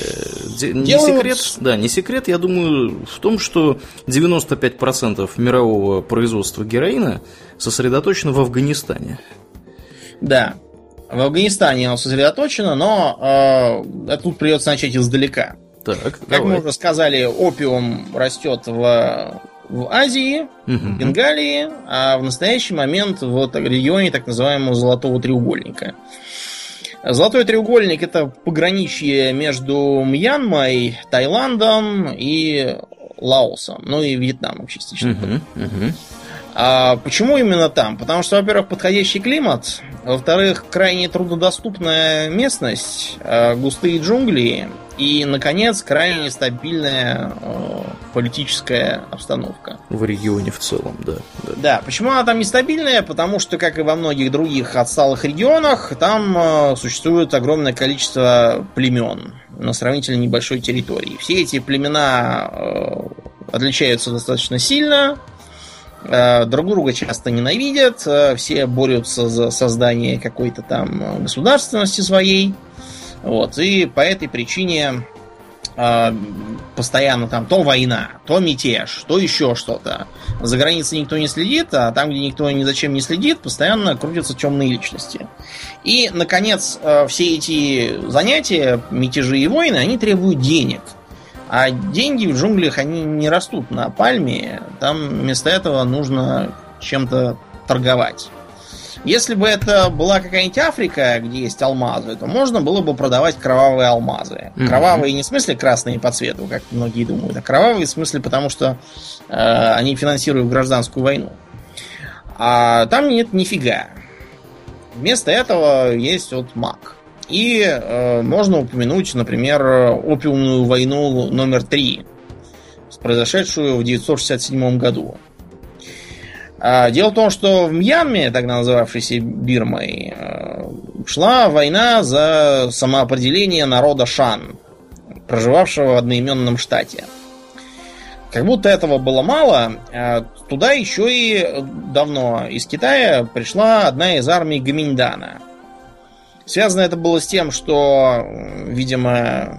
Не секрет, я думаю, в том, что 95% мирового производства героина сосредоточено в Афганистане. Да. В Афганистане оно сосредоточено, но тут придется начать издалека. Так, как мы уже сказали, опиум растет в Азии, в Бенгалии, а в настоящий момент в регионе так называемого Золотого треугольника. Золотой треугольник — это пограничье между Мьянмой, Таиландом и Лаосом, ну и Вьетнамом частично. А почему именно там? Потому что, во-первых, подходящий климат, во-вторых, крайне труднодоступная местность, густые джунгли и, наконец, крайне стабильная политическая обстановка. В регионе в целом, да. Да, почему она там нестабильная? Потому что, как и во многих других отсталых регионах, там существует огромное количество племен на сравнительно небольшой территории. Все эти племена отличаются достаточно сильно, друг друга часто ненавидят, все борются за создание какой-то там государственности своей. Вот, и по этой причине постоянно там то война, то мятеж, то еще что-то. За границей никто не следит, а там, где никто ни зачем не следит, постоянно крутятся темные личности. И, наконец, все эти занятия, мятежи и войны, они требуют денег. А деньги в джунглях, они не растут на пальме, там вместо этого нужно чем-то торговать. Если бы это была какая-нибудь Африка, где есть алмазы, то можно было бы продавать кровавые алмазы. Кровавые не в смысле красные по цвету, как многие думают, а кровавые в смысле потому, что они финансируют гражданскую войну. А там нет нифига. Вместо этого есть вот мак. И можно упомянуть, например, опиумную войну номер 3, произошедшую в 1967 году. Дело в том, что в Мьянме, тогда называвшейся Бирмой, шла война за самоопределение народа Шан, проживавшего в одноименном штате. Как будто этого было мало, туда еще и давно из Китая пришла одна из армий Гоминьдана. Связано это было с тем, что, видимо,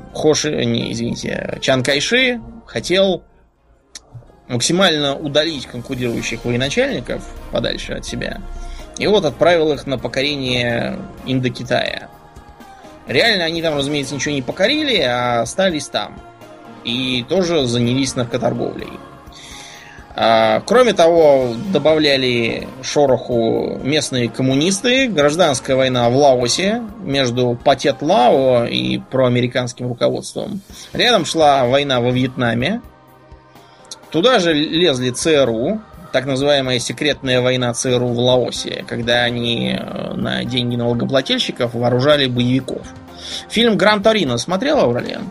Чан Кайши хотел максимально удалить конкурирующих военачальников подальше от себя. И вот отправил их на покорение Индокитая. Реально они там, разумеется, ничего не покорили, а остались там. И тоже занялись наркоторговлей. Кроме того, добавляли шороху местные коммунисты. Гражданская война в Лаосе между Патет Лао и проамериканским руководством. Рядом шла война во Вьетнаме. Туда же лезли ЦРУ, так называемая секретная война ЦРУ в Лаосе, когда они на деньги налогоплательщиков вооружали боевиков. Фильм «Гран Торино» смотрел, Аурелиан?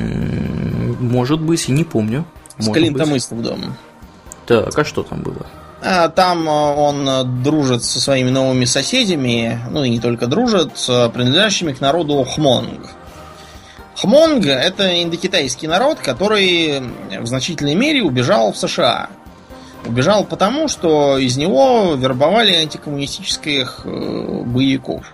Может быть, не помню. С Клинтом Иствудом. Так, а что там было? Там он дружит со своими новыми соседями, ну и не только дружит, принадлежащими к народу Хмонг. Хмонг — это индокитайский народ, который в значительной мере убежал в США. Убежал потому, что из него вербовали антикоммунистических боевиков.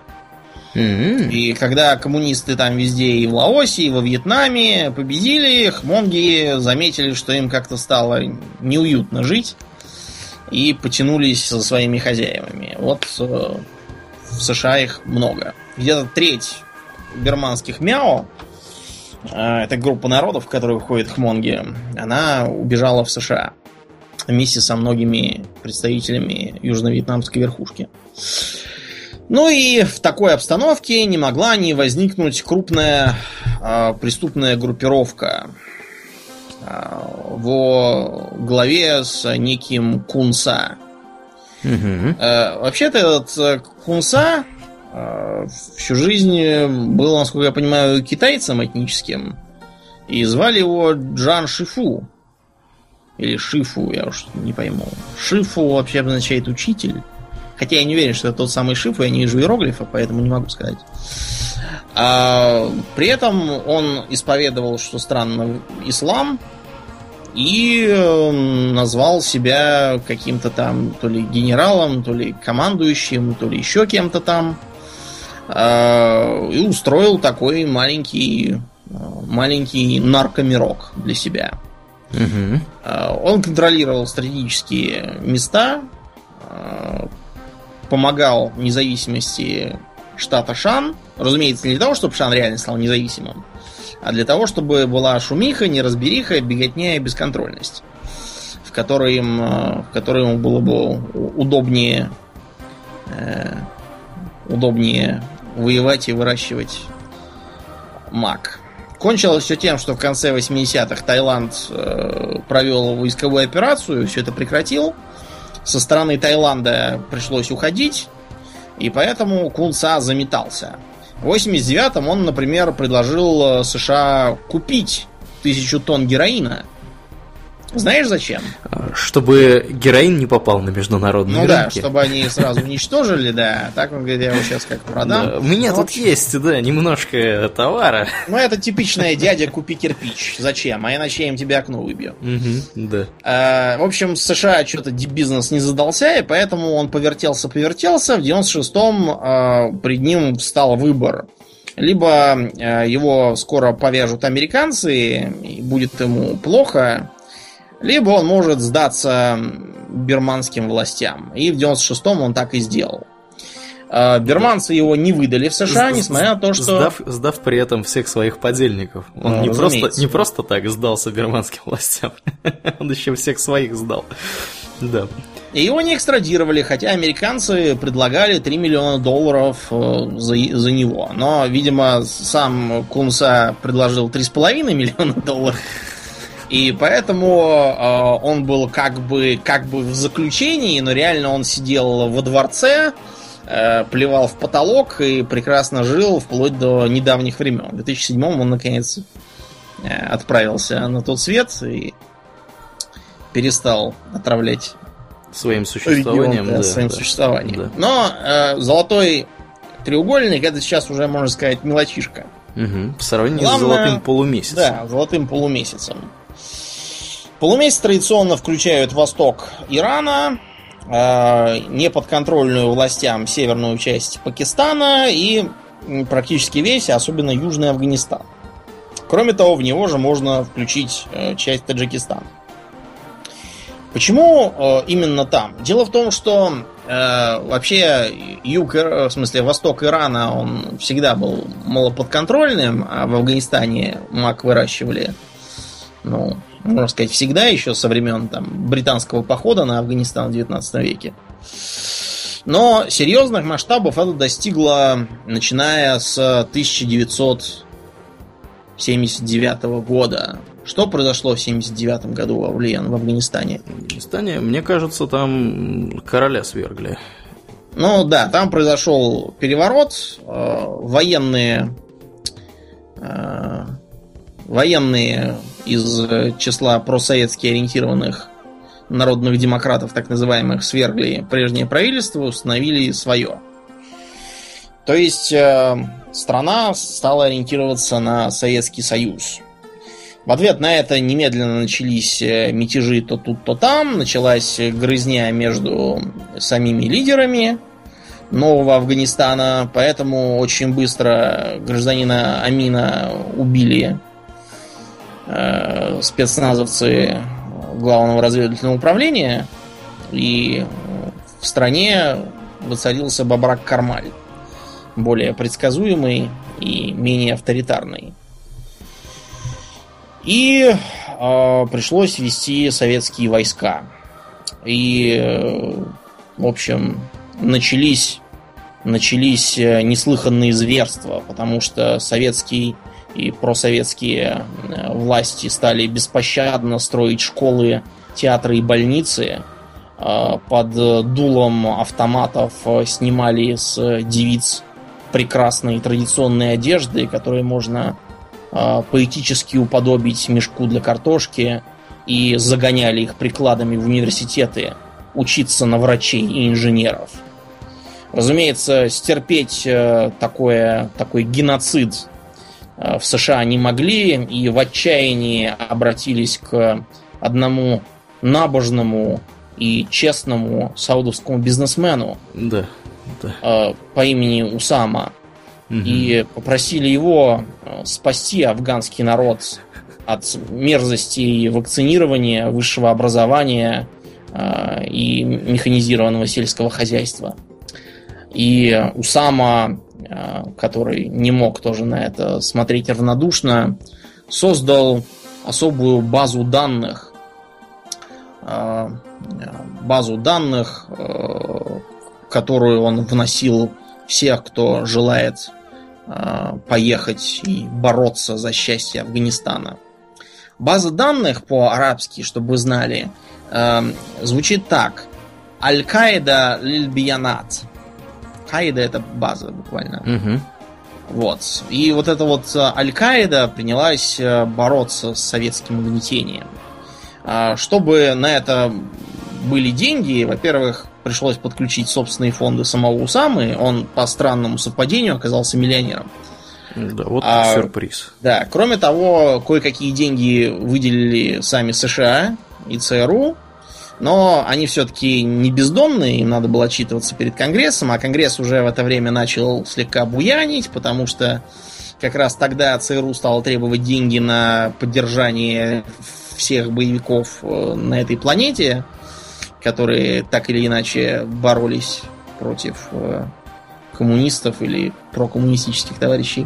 И когда коммунисты там везде, и в Лаосе, и во Вьетнаме победили, хмонги заметили, что им как-то стало неуютно жить, и потянулись за своими хозяевами. Вот в США их много. Где-то треть бирманских мяо, это группа народов, в которую входят хмонги, она убежала в США вместе со многими представителями южно-вьетнамской верхушки. Ну и в такой обстановке не могла не возникнуть крупная преступная группировка во главе с неким Кунса. Вообще-то этот Кунса всю жизнь был, насколько я понимаю, китайцем этническим. И звали его Джан Шифу. Или Шифу, я уж не пойму. Шифу вообще означает учитель. Хотя я не уверен, что это тот самый Шифу, я не вижу иероглифа, поэтому не могу сказать. При этом он исповедовал, что странно, ислам. И назвал себя каким-то там то ли генералом, то ли командующим, то ли еще кем-то там. И устроил такой маленький наркомирок для себя. Он контролировал стратегические места, помогал независимости штата Шан. Разумеется, не для того, чтобы Шан реально стал независимым, а для того, чтобы была шумиха, неразбериха, беготня и бесконтрольность, в которой ему было бы удобнее воевать и выращивать мак. Кончилось все тем, что в конце 80-х Таиланд провел войсковую операцию, все это прекратил. Со стороны Таиланда пришлось уходить, и поэтому Кунса заметался. В 89-м он, например, предложил США купить 1000 тонн героина. Знаешь зачем? Чтобы героин не попал на международные рынки. Ну да, чтобы они сразу уничтожили, да. Так он говорит, я его сейчас как продам. Да, у меня тут есть, да, немножко товара. Ну это типичная дядя, купи кирпич. Зачем? А иначе я им тебе окно выбью. Да. В общем, с США что-то бизнес не задался, и поэтому он повертелся. В 96-м пред ним встал выбор. либо его скоро повяжут американцы, и будет ему плохо, либо он может сдаться бирманским властям. И в 96-м он так и сделал. Бирманцы его не выдали в США, несмотря на то, что... Сдав при этом всех своих подельников. Он не просто так сдался бирманским властям. Он еще всех своих сдал. Да. И его не экстрадировали, хотя американцы предлагали $3 миллиона за него. Но, видимо, сам Кунса предложил $3,5 миллиона. И поэтому он был как бы в заключении, но реально он сидел во дворце, плевал в потолок и прекрасно жил вплоть до недавних времен. В 2007-м он, наконец, отправился на тот свет и перестал отравлять своим существованием. Регион, своим существованием. Да. Но золотой треугольник — это сейчас уже, можно сказать, мелочишка. Угу. В сравнении с золотым полумесяцем. Да, золотым полумесяцем. Полумесяц традиционно включают восток Ирана, неподконтрольную властям северную часть Пакистана и практически весь, особенно южный Афганистан. Кроме того, в него же можно включить часть Таджикистана. Почему именно там? Дело в том, что вообще восток Ирана, он всегда был малоподконтрольным, а в Афганистане мак выращивали, можно сказать, всегда, еще со времен британского похода на Афганистан в 19 веке. Но серьезных масштабов это достигло, начиная с 1979 года. Что произошло в 1979 году в Афганистане? В Афганистане, мне кажется, там короля свергли. Да, там произошел переворот. Военные из числа просоветски ориентированных народных демократов, так называемых, свергли прежнее правительство, установили свое. То есть страна стала ориентироваться на Советский Союз. В ответ на это немедленно начались мятежи то тут, то там. Началась грызня между самими лидерами нового Афганистана. Поэтому очень быстро гражданина Амина убили спецназовцы Главного разведывательного управления. И в стране воцарился Бабрак Кармаль. Более предсказуемый и менее авторитарный. И пришлось ввести советские войска. И, в общем, начались неслыханные зверства, потому что советские и просоветские власти стали беспощадно строить школы, театры и больницы. Под дулом автоматов снимали с девиц прекрасные традиционные одежды, которые можно поэтически уподобить мешку для картошки, и загоняли их прикладами в университеты учиться на врачей и инженеров. Разумеется, стерпеть такой геноцид в США не могли, и в отчаянии обратились к одному набожному и честному саудовскому бизнесмену по имени Усама. И попросили его спасти афганский народ от мерзостей вакцинирования, высшего образования и механизированного сельского хозяйства. И Усама, который не мог тоже на это смотреть равнодушно, создал особую базу данных, в которую он вносил всех, кто желает поехать и бороться за счастье Афганистана. База данных по-арабски, чтобы вы знали, звучит так: Аль-Каида Лиль-Биянат. Каида — это база, буквально. Вот. И вот эта вот Аль-Каида принялась бороться с советским угнетением. Чтобы на это были деньги, во-первых, пришлось подключить собственные фонды самого Усамы. Он по странному совпадению оказался миллионером. Да, вот сюрприз. Да, кроме того, кое-какие деньги выделили сами США и ЦРУ. Но они все-таки не бездомные, им надо было отчитываться перед Конгрессом, а Конгресс уже в это время начал слегка буянить, потому что как раз тогда ЦРУ стало требовать деньги на поддержание всех боевиков на этой планете, которые так или иначе боролись против коммунистов или прокоммунистических товарищей.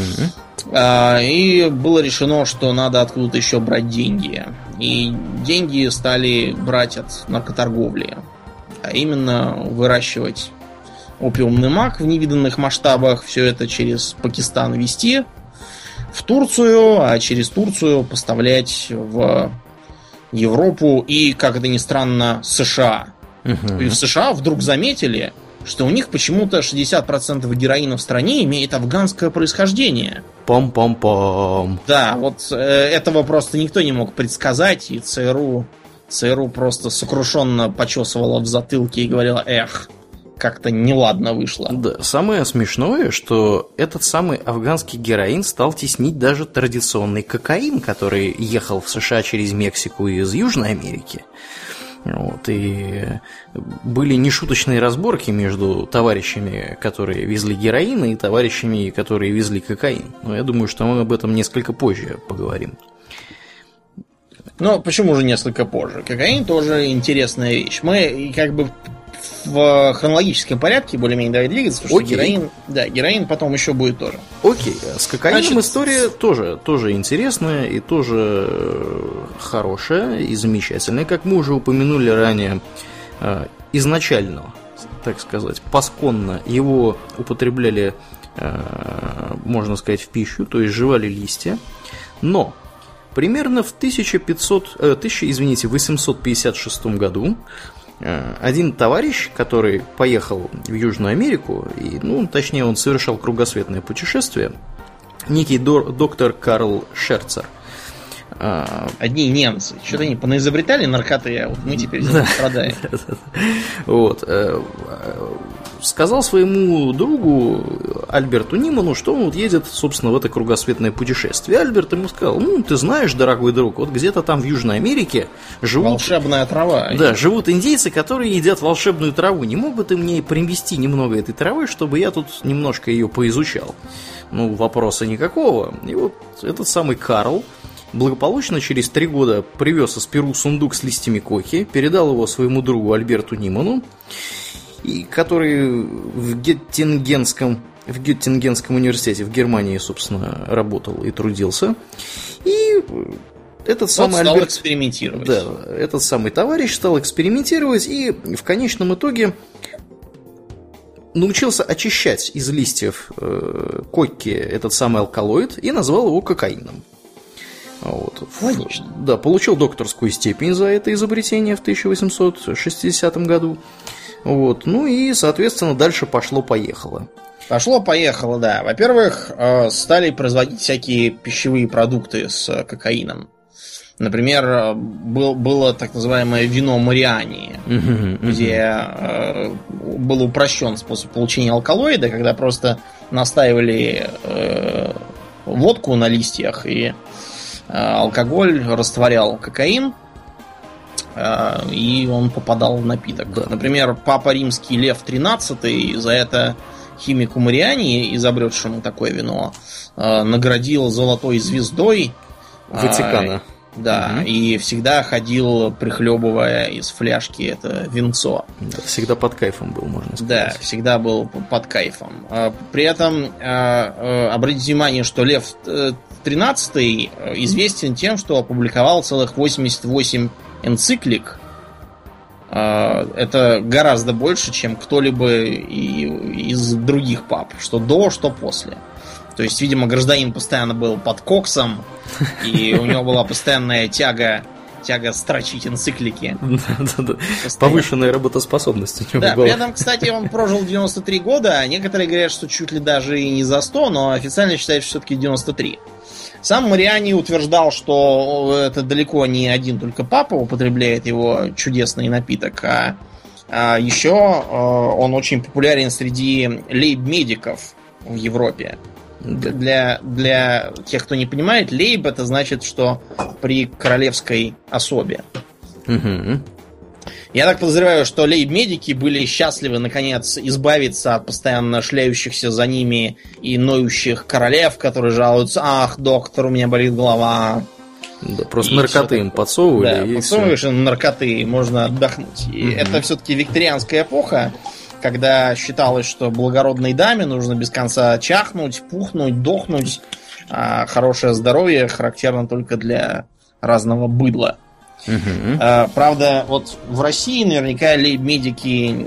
И было решено, что надо откуда-то еще брать деньги. И деньги стали брать от наркоторговли. А именно выращивать опиумный мак в невиданных масштабах. Все это через Пакистан везти в Турцию, а через Турцию поставлять в Европу и, как это ни странно, США. И в США вдруг заметили, что у них почему-то 60% героина в стране имеет афганское происхождение. Пам-пам-пам. Да, вот этого просто никто не мог предсказать, и ЦРУ просто сокрушенно почесывала в затылке и говорила: эх, как-то неладно вышло. Да, самое смешное, что этот самый афганский героин стал теснить даже традиционный кокаин, который ехал в США через Мексику из Южной Америки. Вот, и были нешуточные разборки между товарищами, которые везли героин, и товарищами, которые везли кокаин. Но я думаю, что мы об этом несколько позже поговорим. Но почему же несколько позже? Кокаин тоже интересная вещь. Мы как бы в хронологическом порядке более-менее давай двигаться, потому что героин потом еще будет тоже. Окей, с кокаином история тоже интересная и тоже хорошая и замечательная. Как мы уже упомянули ранее, изначально, так сказать, пасконно его употребляли, можно сказать, в пищу, то есть жевали листья. Но примерно в 1856 году один товарищ, который поехал в Южную Америку, и, точнее, он совершал кругосветное путешествие, некий доктор Карл Шерцер. Одни немцы. Что-то они понаизобретали наркоты, а вот мы теперь страдаем. Вот. Сказал своему другу Альберту Ниману, что он вот едет, собственно, в это кругосветное путешествие. Альберт ему сказал: ты знаешь, дорогой друг, вот где-то там в Южной Америке живут... Волшебная трава. Да, живут индейцы, которые едят волшебную траву. Не мог бы ты мне привезти немного этой травы, чтобы я тут немножко ее поизучал? Вопроса никакого. И вот этот самый Карл благополучно через 3 года привез из Перу сундук с листьями коки, передал его своему другу Альберту Ниману, который в Геттингенском университете в Германии, собственно, работал и трудился. И этот самый стал Альберт экспериментировать. Да, этот самый товарищ стал экспериментировать и в конечном итоге научился очищать из листьев коки этот самый алкалоид и назвал его кокаином. Вот. Логично. Да, получил докторскую степень за это изобретение в 1860 году. Вот. И, соответственно, дальше пошло-поехало. Пошло-поехало, да. Во-первых, стали производить всякие пищевые продукты с кокаином. Например, было так называемое вино Мариани, где был упрощен способ получения алкалоида, когда просто настаивали водку на листьях, и алкоголь растворял кокаин, и он попадал в напиток. Да. Например, Папа Римский Лев XIII за это химику Мариани, изобретшему такое вино, наградил золотой звездой Ватикана. Да, и всегда ходил, прихлебывая из фляжки это винцо. Да, всегда под кайфом был, можно сказать. Да, всегда был под кайфом. При этом обратите внимание, что Лев XIII известен тем, что опубликовал целых 88 энциклик. Это гораздо больше, чем кто-либо из других пап, что до, что после. То есть, видимо, гражданин постоянно был под коксом, и у него была постоянная тяга строчить энциклики. Повышенная работоспособность у него была. была. При этом, кстати, он прожил 93 года, а некоторые говорят, что чуть ли даже и не за 100, но официально считают, что все-таки 93. Сам Мариани утверждал, что это далеко не один только папа употребляет его чудесный напиток, а еще он очень популярен среди лейб-медиков в Европе. Для тех, кто не понимает, лейб — это значит, что при королевской особе. Я так подозреваю, что лейб-медики были счастливы, наконец, избавиться от постоянно шляющихся за ними и ноющих королев, которые жалуются: «Ах, доктор, у меня болит голова». Да, просто наркоты им подсовывали. Да, подсовываешь им наркоты, можно отдохнуть. И это все-таки викторианская эпоха, когда считалось, что благородной даме нужно без конца чахнуть, пухнуть, дохнуть, а хорошее здоровье характерно только для разного быдла. Правда, вот в России наверняка лейб-медики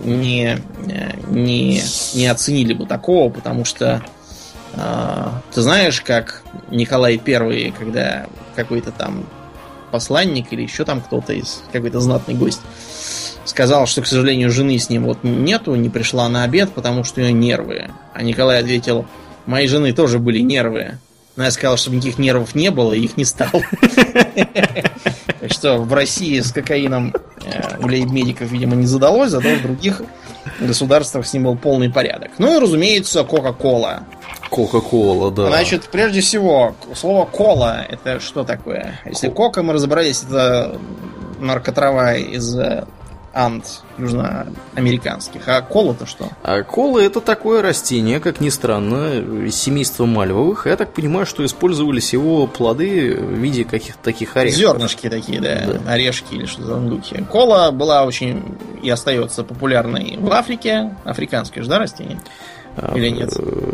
не оценили бы такого, потому что ты знаешь, как Николай I, когда какой-то там посланник или еще там кто-то из какой-то знатный гость сказал, что, к сожалению, жены с ним вот нету, не пришла на обед, потому что у нее нервы. А Николай ответил: моей жены тоже были нервы. Но я сказал, чтобы никаких нервов не было, и их не стало. Так что в России с кокаином у лейб-медиков, видимо, не задалось, зато в других государствах с ним был полный порядок. Ну и, разумеется, Кока-Кола. Кока-кола, да. Значит, прежде всего, слово кола — это что такое? Если кока, мы разобрались, это наркотрава из Анд южноамериканских. А кола-то что? А кола — это такое растение, как ни странно, из семейства мальвовых. Я так понимаю, что использовались его плоды в виде каких-то таких орешков. Зернышки такие, да. Орешки или что-то в этом духе. Кола была очень и остается популярной в Африке. Африканское же, да, растение? Или нет?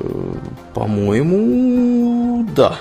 По-моему, да.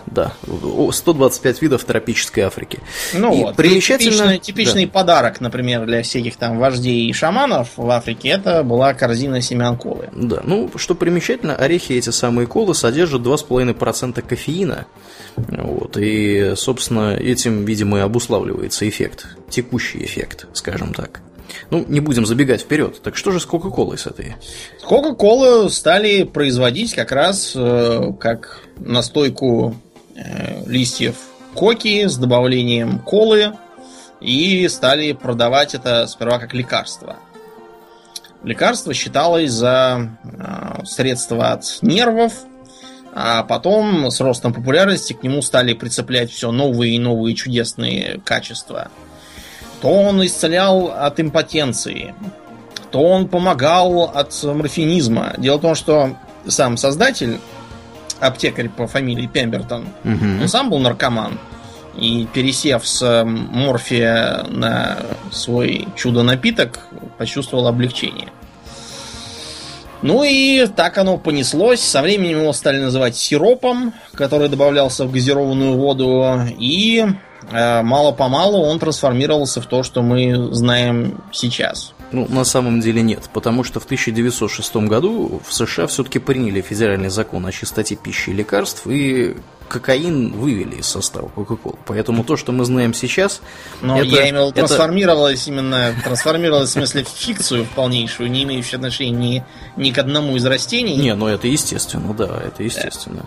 125 видов в тропической Африке. Ну и вот, примечательно... типичный подарок, например, для всяких там вождей и шаманов в Африке, это была корзина семян колы. Да, ну, что примечательно, орехи эти самые колы содержат 2,5% кофеина. Вот, и, собственно, этим, видимо, и обуславливается эффект, текущий эффект, скажем так. Ну, не будем забегать вперед. Так что же с Кока-Колой с этой? Кока-Колу стали производить как раз как настойку листьев коки с добавлением колы, и стали продавать это сперва как лекарство. Лекарство считалось за средство от нервов, а потом с ростом популярности к нему стали прицеплять все новые и новые чудесные качества. То он исцелял от импотенции, то он помогал от морфинизма. Дело в том, что сам создатель, аптекарь по фамилии Пембертон, он сам был наркоман. И, пересев с морфия на свой чудо-напиток, почувствовал облегчение. Ну и так оно понеслось. Со временем его стали называть сиропом, который добавлялся в газированную воду. И мало-помалу он трансформировался в то, что мы знаем сейчас. Ну, на самом деле нет, потому что в 1906 году в США все-таки приняли федеральный закон о чистоте пищи и лекарств, и кокаин вывели из состава Кока-Колы. Поэтому то, что мы знаем сейчас... Но я имел трансформировалось в смысле в фикцию в полнейшую, не имеющую отношения ни к одному из растений. Не, ну это естественно, да, это естественно.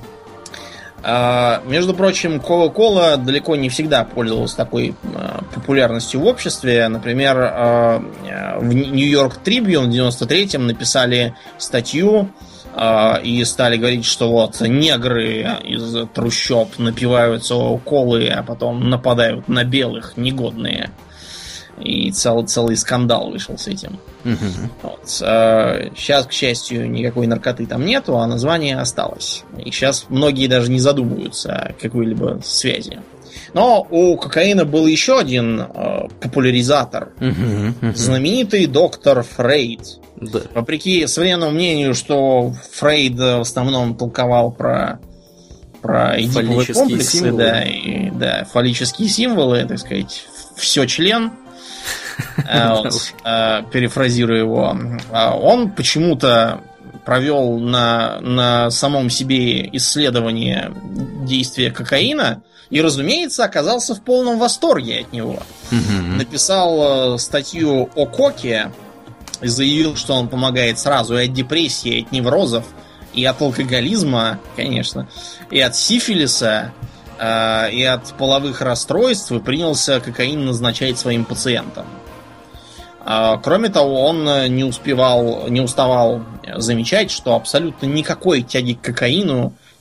Между прочим, Кока-Кола далеко не всегда пользовалась такой популярностью в обществе. Например, в Нью-Йорк Трибьюн в 93-м написали статью и стали говорить, что вот негры из трущоб напиваются колы, а потом нападают на белых, негодные. И целый скандал вышел с этим. Вот. Сейчас, к счастью, никакой наркоты там нету, а название осталось. И сейчас многие даже не задумываются о какой-либо связи. Но у кокаина был еще один популяризатор. Знаменитый доктор Фрейд. Да. Вопреки современному мнению, что Фрейд в основном толковал про эдиповые комплексы, да, фаллические символы, так сказать, все член. Перефразируя его, он почему-то провел на самом себе исследование действия кокаина и, разумеется, оказался в полном восторге от него. Написал статью о коке и заявил, что он помогает сразу и от депрессии, и от неврозов, и от алкоголизма, конечно, и от сифилиса, и от половых расстройств, и принялся кокаин назначать своим пациентам. Кроме того, он не уставал замечать, что абсолютно никакой тяги к кокаину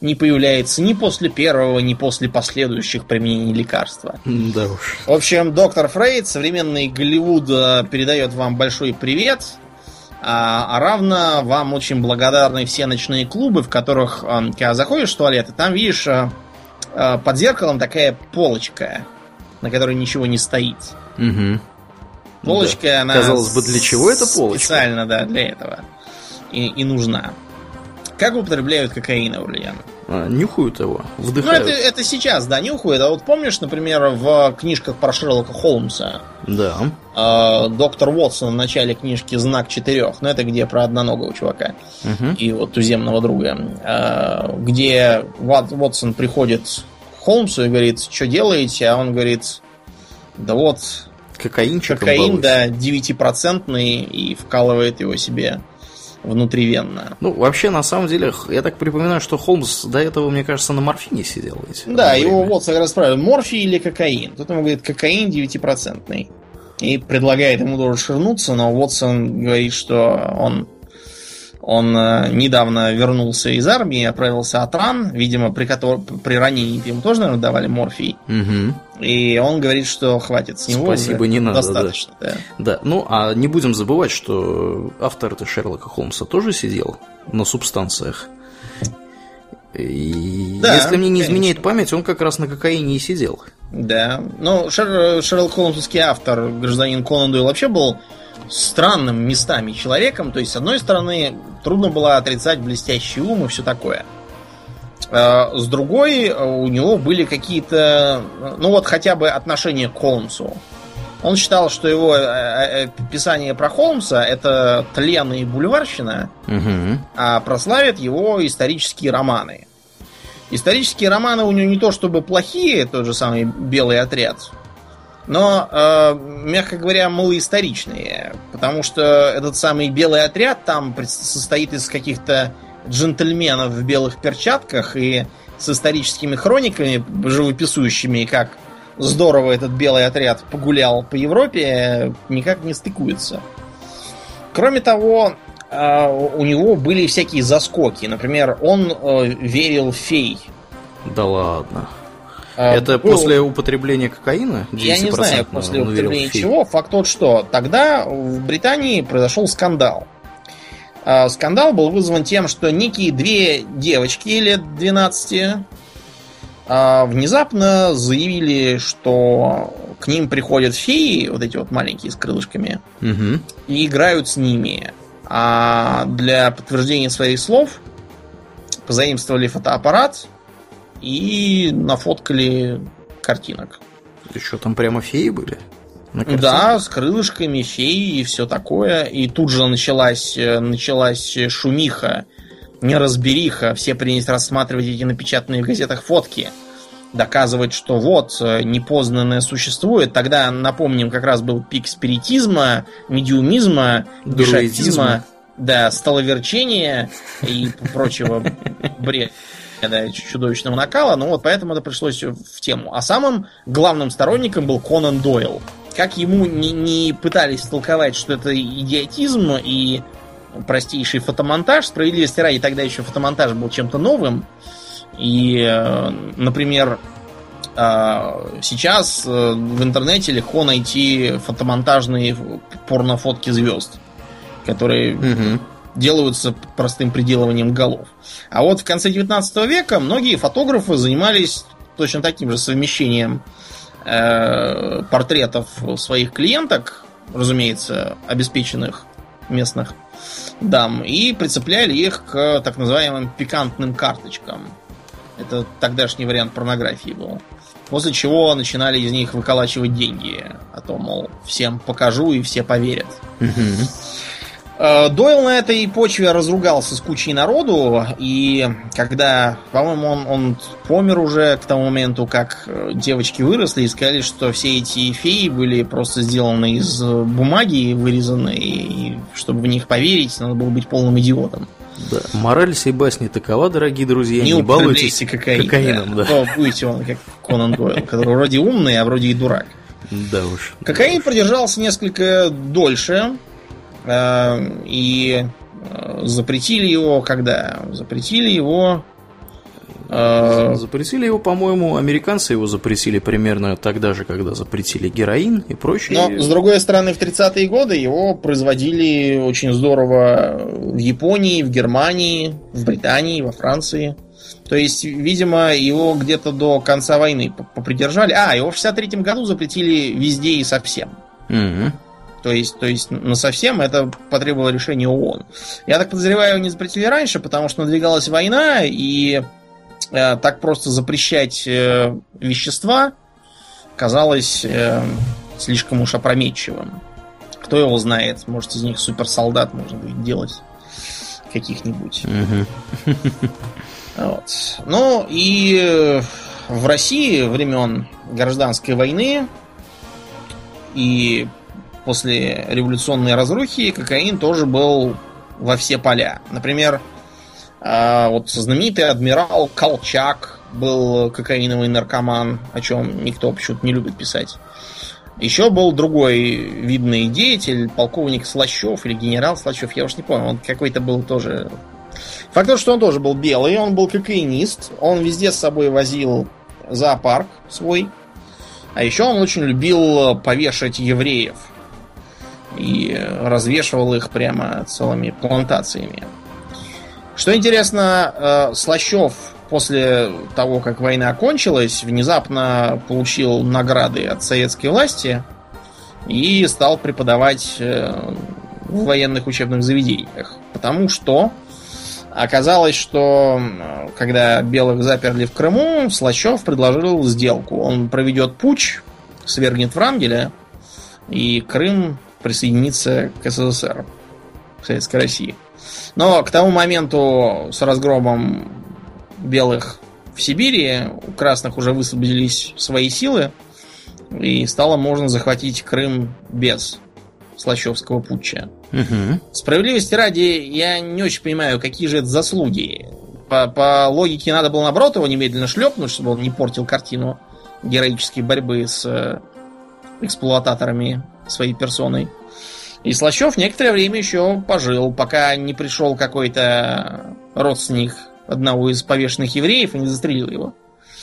не появляется ни после первого, ни после последующих применений лекарства. Да уж. В общем, доктор Фрейд, современный Голливуд, передает вам большой привет. А равно вам очень благодарны все ночные клубы, в которых, когда заходишь в туалет, и там видишь под зеркалом такая полочка, на которой ничего не стоит. Угу. Полочка, да. она... Казалось бы, для чего эта полочка? Специально, да, для этого. И нужна. Как употребляют кокаин, Аурлиан? Нюхают его, вдыхают. Ну, это сейчас, да, нюхают. А вот помнишь, например, в книжках про Шерлока Холмса? Да. Доктор Уотсон в начале книжки «Знак 4», ну, это где про одноногого чувака и вот туземного друга, где Уотсон приходит к Холмсу и говорит, что делаете? А он говорит, да вот... Кокаин, да, 9%, и вкалывает его себе внутривенно. Ну, вообще, на самом деле, я так припоминаю, что Холмс до этого, мне кажется, на морфине сидел. Да, его вот как раз спрашивают, морфий или кокаин? Тут ему говорит, кокаин 9%. И предлагает ему тоже ширнуться, но Уотсон говорит, что он недавно вернулся из армии, отправился от ран, видимо, при ранении ему тоже, наверное, давали морфий. Угу. И он говорит, что хватит с него. Спасибо, не надо. Достаточно, да. Да, ну, а не будем забывать, что автор-то Шерлока Холмса тоже сидел на субстанциях. И да, если мне не изменяет память, он как раз на кокаине и сидел. Да, ну, Шерлок Холмсовский автор, гражданин Конан Дойл, вообще был странным местами человеком. То есть, с одной стороны, трудно было отрицать блестящий ум и все такое. С другой, у него были какие-то, ну вот хотя бы отношения к Холмсу. Он считал, что его писание про Холмса это тлен и бульварщина, а прославят его исторические романы. Исторические романы у него не то чтобы плохие, тот же самый «Белый отряд», но, мягко говоря, малоисторичные. Потому что этот самый «Белый отряд» там состоит из каких-то джентльменов в белых перчатках и с историческими хрониками, живописующими, как здорово этот белый отряд погулял по Европе, никак не стыкуется. Кроме того, у него были всякие заскоки. Например, он верил в фей. Да ладно. Это после употребления кокаина? Я не знаю, после употребления чего. Факт тот, что тогда в Британии произошел скандал. Скандал был вызван тем, что некие две девочки лет 12 внезапно заявили, что к ним приходят феи, вот эти вот маленькие с крылышками, и играют с ними. А для подтверждения своих слов позаимствовали фотоаппарат и нафоткали картинок. И что, там прямо феи были? Да, с крылышками, феи и все такое. И тут же началась шумиха, неразбериха. Все принялись рассматривать эти напечатанные в газетах фотки. Доказывать, что вот, непознанное существует. Тогда, напомним, как раз был пик спиритизма, медиумизма, бишофизма, да, столоверчения и прочего бреда. Да, чудовищного накала, но вот поэтому это пришлось в тему. А самым главным сторонником был Конан Дойл. Как ему не пытались толковать, что это идиотизм и простейший фотомонтаж, справедливости ради, тогда еще фотомонтаж был чем-то новым. И, например, сейчас в интернете легко найти фотомонтажные порнофотки звезд, которые... делаются простым приделыванием голов. А вот в конце 19 века многие фотографы занимались точно таким же совмещением портретов своих клиенток, разумеется, обеспеченных местных дам, и прицепляли их к так называемым пикантным карточкам. Это тогдашний вариант порнографии был. После чего начинали из них выколачивать деньги. А то, мол, всем покажу и все поверят. Дойл на этой почве разругался с кучей народу, и когда, по-моему, он помер уже к тому моменту, как девочки выросли, и сказали, что все эти феи были просто сделаны из бумаги, вырезаны, и чтобы в них поверить, надо было быть полным идиотом. Да. Мораль сей басни такова, дорогие друзья, не балуйтесь кокаином. Да. То будете он как Конан Дойл, который вроде умный, а вроде и дурак. Да уж. Кокаин продержался несколько дольше. И запретили его когда? Запретили его Запретили его, по-моему, американцы его запретили примерно тогда же, когда запретили героин и прочее. Но, с другой стороны, в 30-е годы его производили очень здорово в Японии, в Германии, в Британии, во Франции. То есть, видимо, его где-то до конца войны попридержали. Его в 63-м году запретили везде и совсем. Угу. То есть насовсем это потребовало решения ООН. Я так подозреваю, не запретили раньше, потому что надвигалась война, и так просто запрещать вещества казалось слишком уж опрометчивым. Кто его знает, может, из них суперсолдат можно будет делать каких-нибудь. Угу. Вот. Ну и в России времен Гражданской войны и после революционной разрухи кокаин тоже был во все поля. Например, вот знаменитый адмирал Колчак был кокаиновый наркоман, о чем никто почему-то не любит писать. Еще был другой видный деятель, полковник Слащев или генерал Слащев, я уж не помню, он какой-то был тоже... Факт тот, что он тоже был белый, он был кокаинист, он везде с собой возил зоопарк свой, а еще он очень любил повешать евреев и развешивал их прямо целыми плантациями. Что интересно, Слащев после того, как война окончилась, внезапно получил награды от советской власти и стал преподавать в военных учебных заведениях. Потому что оказалось, что когда белых заперли в Крыму, Слащев предложил сделку. Он проведет путч, свергнет Врангеля, и Крым присоединится к СССР, к Советской России. Но к тому моменту с разгромом белых в Сибири у красных уже высвободились свои силы, и стало можно захватить Крым без Слащевского путча. Угу. Справедливости ради, я не очень понимаю, какие же это заслуги. По логике надо было, наоборот, его немедленно шлепнуть, чтобы он не портил картину героической борьбы с эксплуататорами своей персоной. И Слащев некоторое время еще пожил, пока не пришел какой-то родственник одного из повешенных евреев и не застрелил его.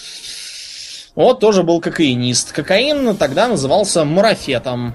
Вот тоже был кокаинист. Кокаин тогда назывался марафетом.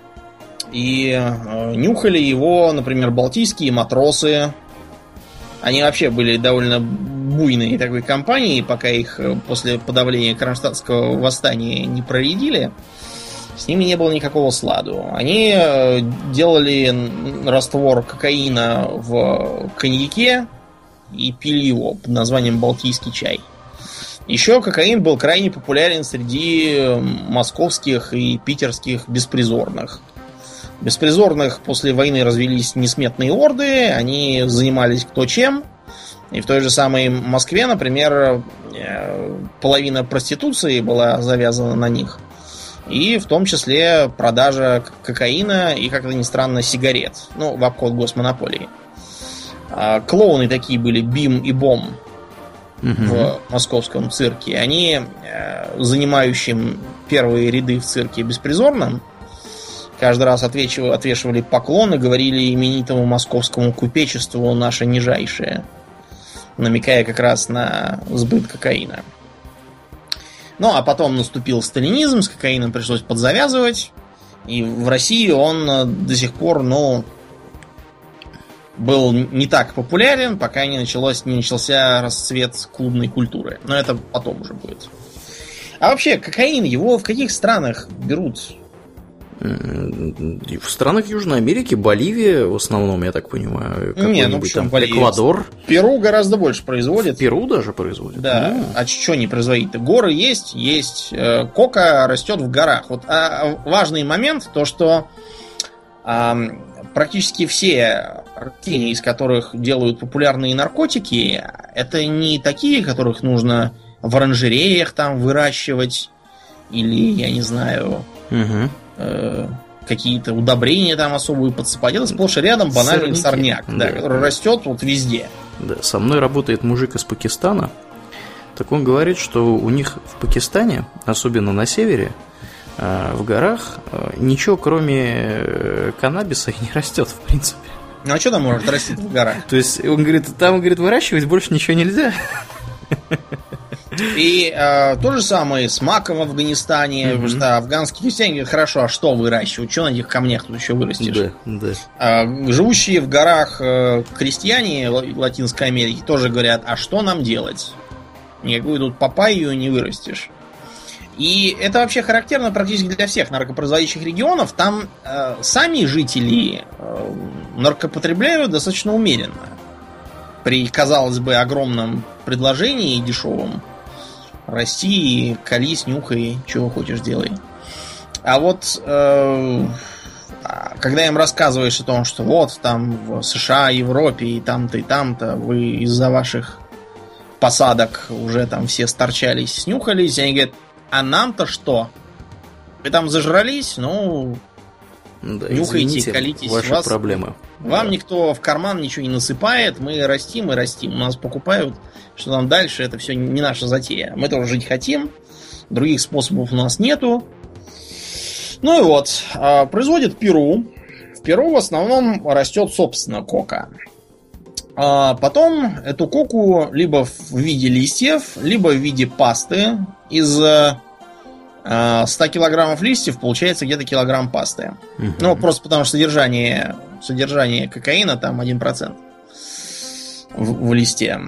И нюхали его, например, балтийские матросы. Они вообще были довольно буйной такой компанией, пока их после подавления Кронштадтского восстания не проредили. С ними не было никакого сладу. Они делали раствор кокаина в коньяке и пили его под названием балтийский чай. Еще кокаин был крайне популярен среди московских и питерских беспризорных. Беспризорных после войны развелись несметные орды, они занимались кто чем. И в той же самой Москве, например, половина проституции была завязана на них. И в том числе продажа кокаина и, как-то ни странно, сигарет. Ну, в обход госмонополии. Клоуны такие были, Бим и Бом, в московском цирке. Они, занимающим первые ряды в цирке беспризорным, каждый раз отвешивали поклоны, говорили именитому московскому купечеству «наше нижайшее», намекая как раз на сбыт кокаина. Ну, а потом наступил сталинизм, с кокаином пришлось подзавязывать, и в России он до сих пор, был не так популярен, пока не начался расцвет клубной культуры. Но это потом уже будет. А вообще, кокаин, его в каких странах берут? В странах Южной Америки, Боливия в основном, я так понимаю. Какой-нибудь там Эквадор. Перу гораздо больше производит. В Перу даже производит? Да. А что не производить-то? Горы есть. Кока растет в горах. Вот важный момент, то что практически все растения, из которых делают популярные наркотики, это не такие, которых нужно в оранжереях там выращивать, или, я не знаю... какие-то удобрения там особые подсыпать. Это сплошь и рядом банальный сорняк, да, который растет вот везде. Да, со мной работает мужик из Пакистана. Так он говорит, что у них в Пакистане, особенно на севере, в горах, ничего кроме каннабиса и не растет, в принципе. Ну а что там может расти в горах? То есть он говорит, там, выращивать больше ничего нельзя. И то же самое с маком в Афганистане. Потому что афганские крестьяне говорят, хорошо, а что выращивать? Что на этих камнях тут еще вырастешь? Да. Живущие в горах крестьяне Латинской Америки тоже говорят, а что нам делать? Никакую тут папайю не вырастешь. И это вообще характерно практически для всех наркопроизводящих регионов. Там сами жители наркопотребляют достаточно умеренно. При, казалось бы, огромном предложении дешевом. Расти, колись, нюхай, чего хочешь делай. А вот когда им рассказываешь о том, что вот там в США, Европе и там-то, вы из-за ваших посадок уже там все сторчались, снюхались, они говорят, а нам-то что? Вы там зажрались? Ну, да, нюхайте, извините, колитесь. Ваши проблемы. Вам никто в карман ничего не насыпает, мы растим и растим. У нас покупают, что там дальше, это все не наша затея. Мы тоже жить хотим, других способов у нас нету. Ну и вот, производит Перу. В Перу в основном растет, собственно, кока. А потом эту коку либо в виде листьев, либо в виде пасты. Из 100 килограммов листьев получается где-то килограмм пасты. Ну, просто потому что содержание кокаина там 1% в листе.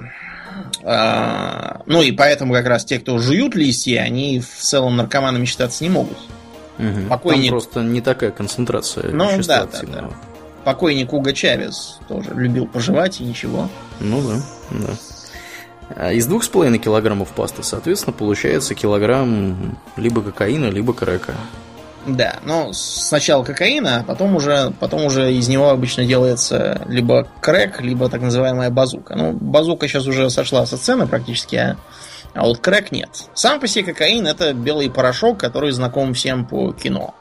Ну и поэтому как раз те, кто жуют листья, они в целом наркоманами считаться не могут. Покойник... Там просто не такая концентрация вещества активного. Да. Покойник Уго Чавес тоже любил пожевать и ничего. Ну да. Из 2,5 килограммов пасты, соответственно, получается килограмм либо кокаина, либо крэка. Да, но сначала кокаина, а потом уже из него обычно делается либо крэк, либо так называемая базука. Ну, базука сейчас уже сошла со сцены практически, а вот крэк нет. Сам по себе кокаин — это белый порошок, который знаком всем по кино.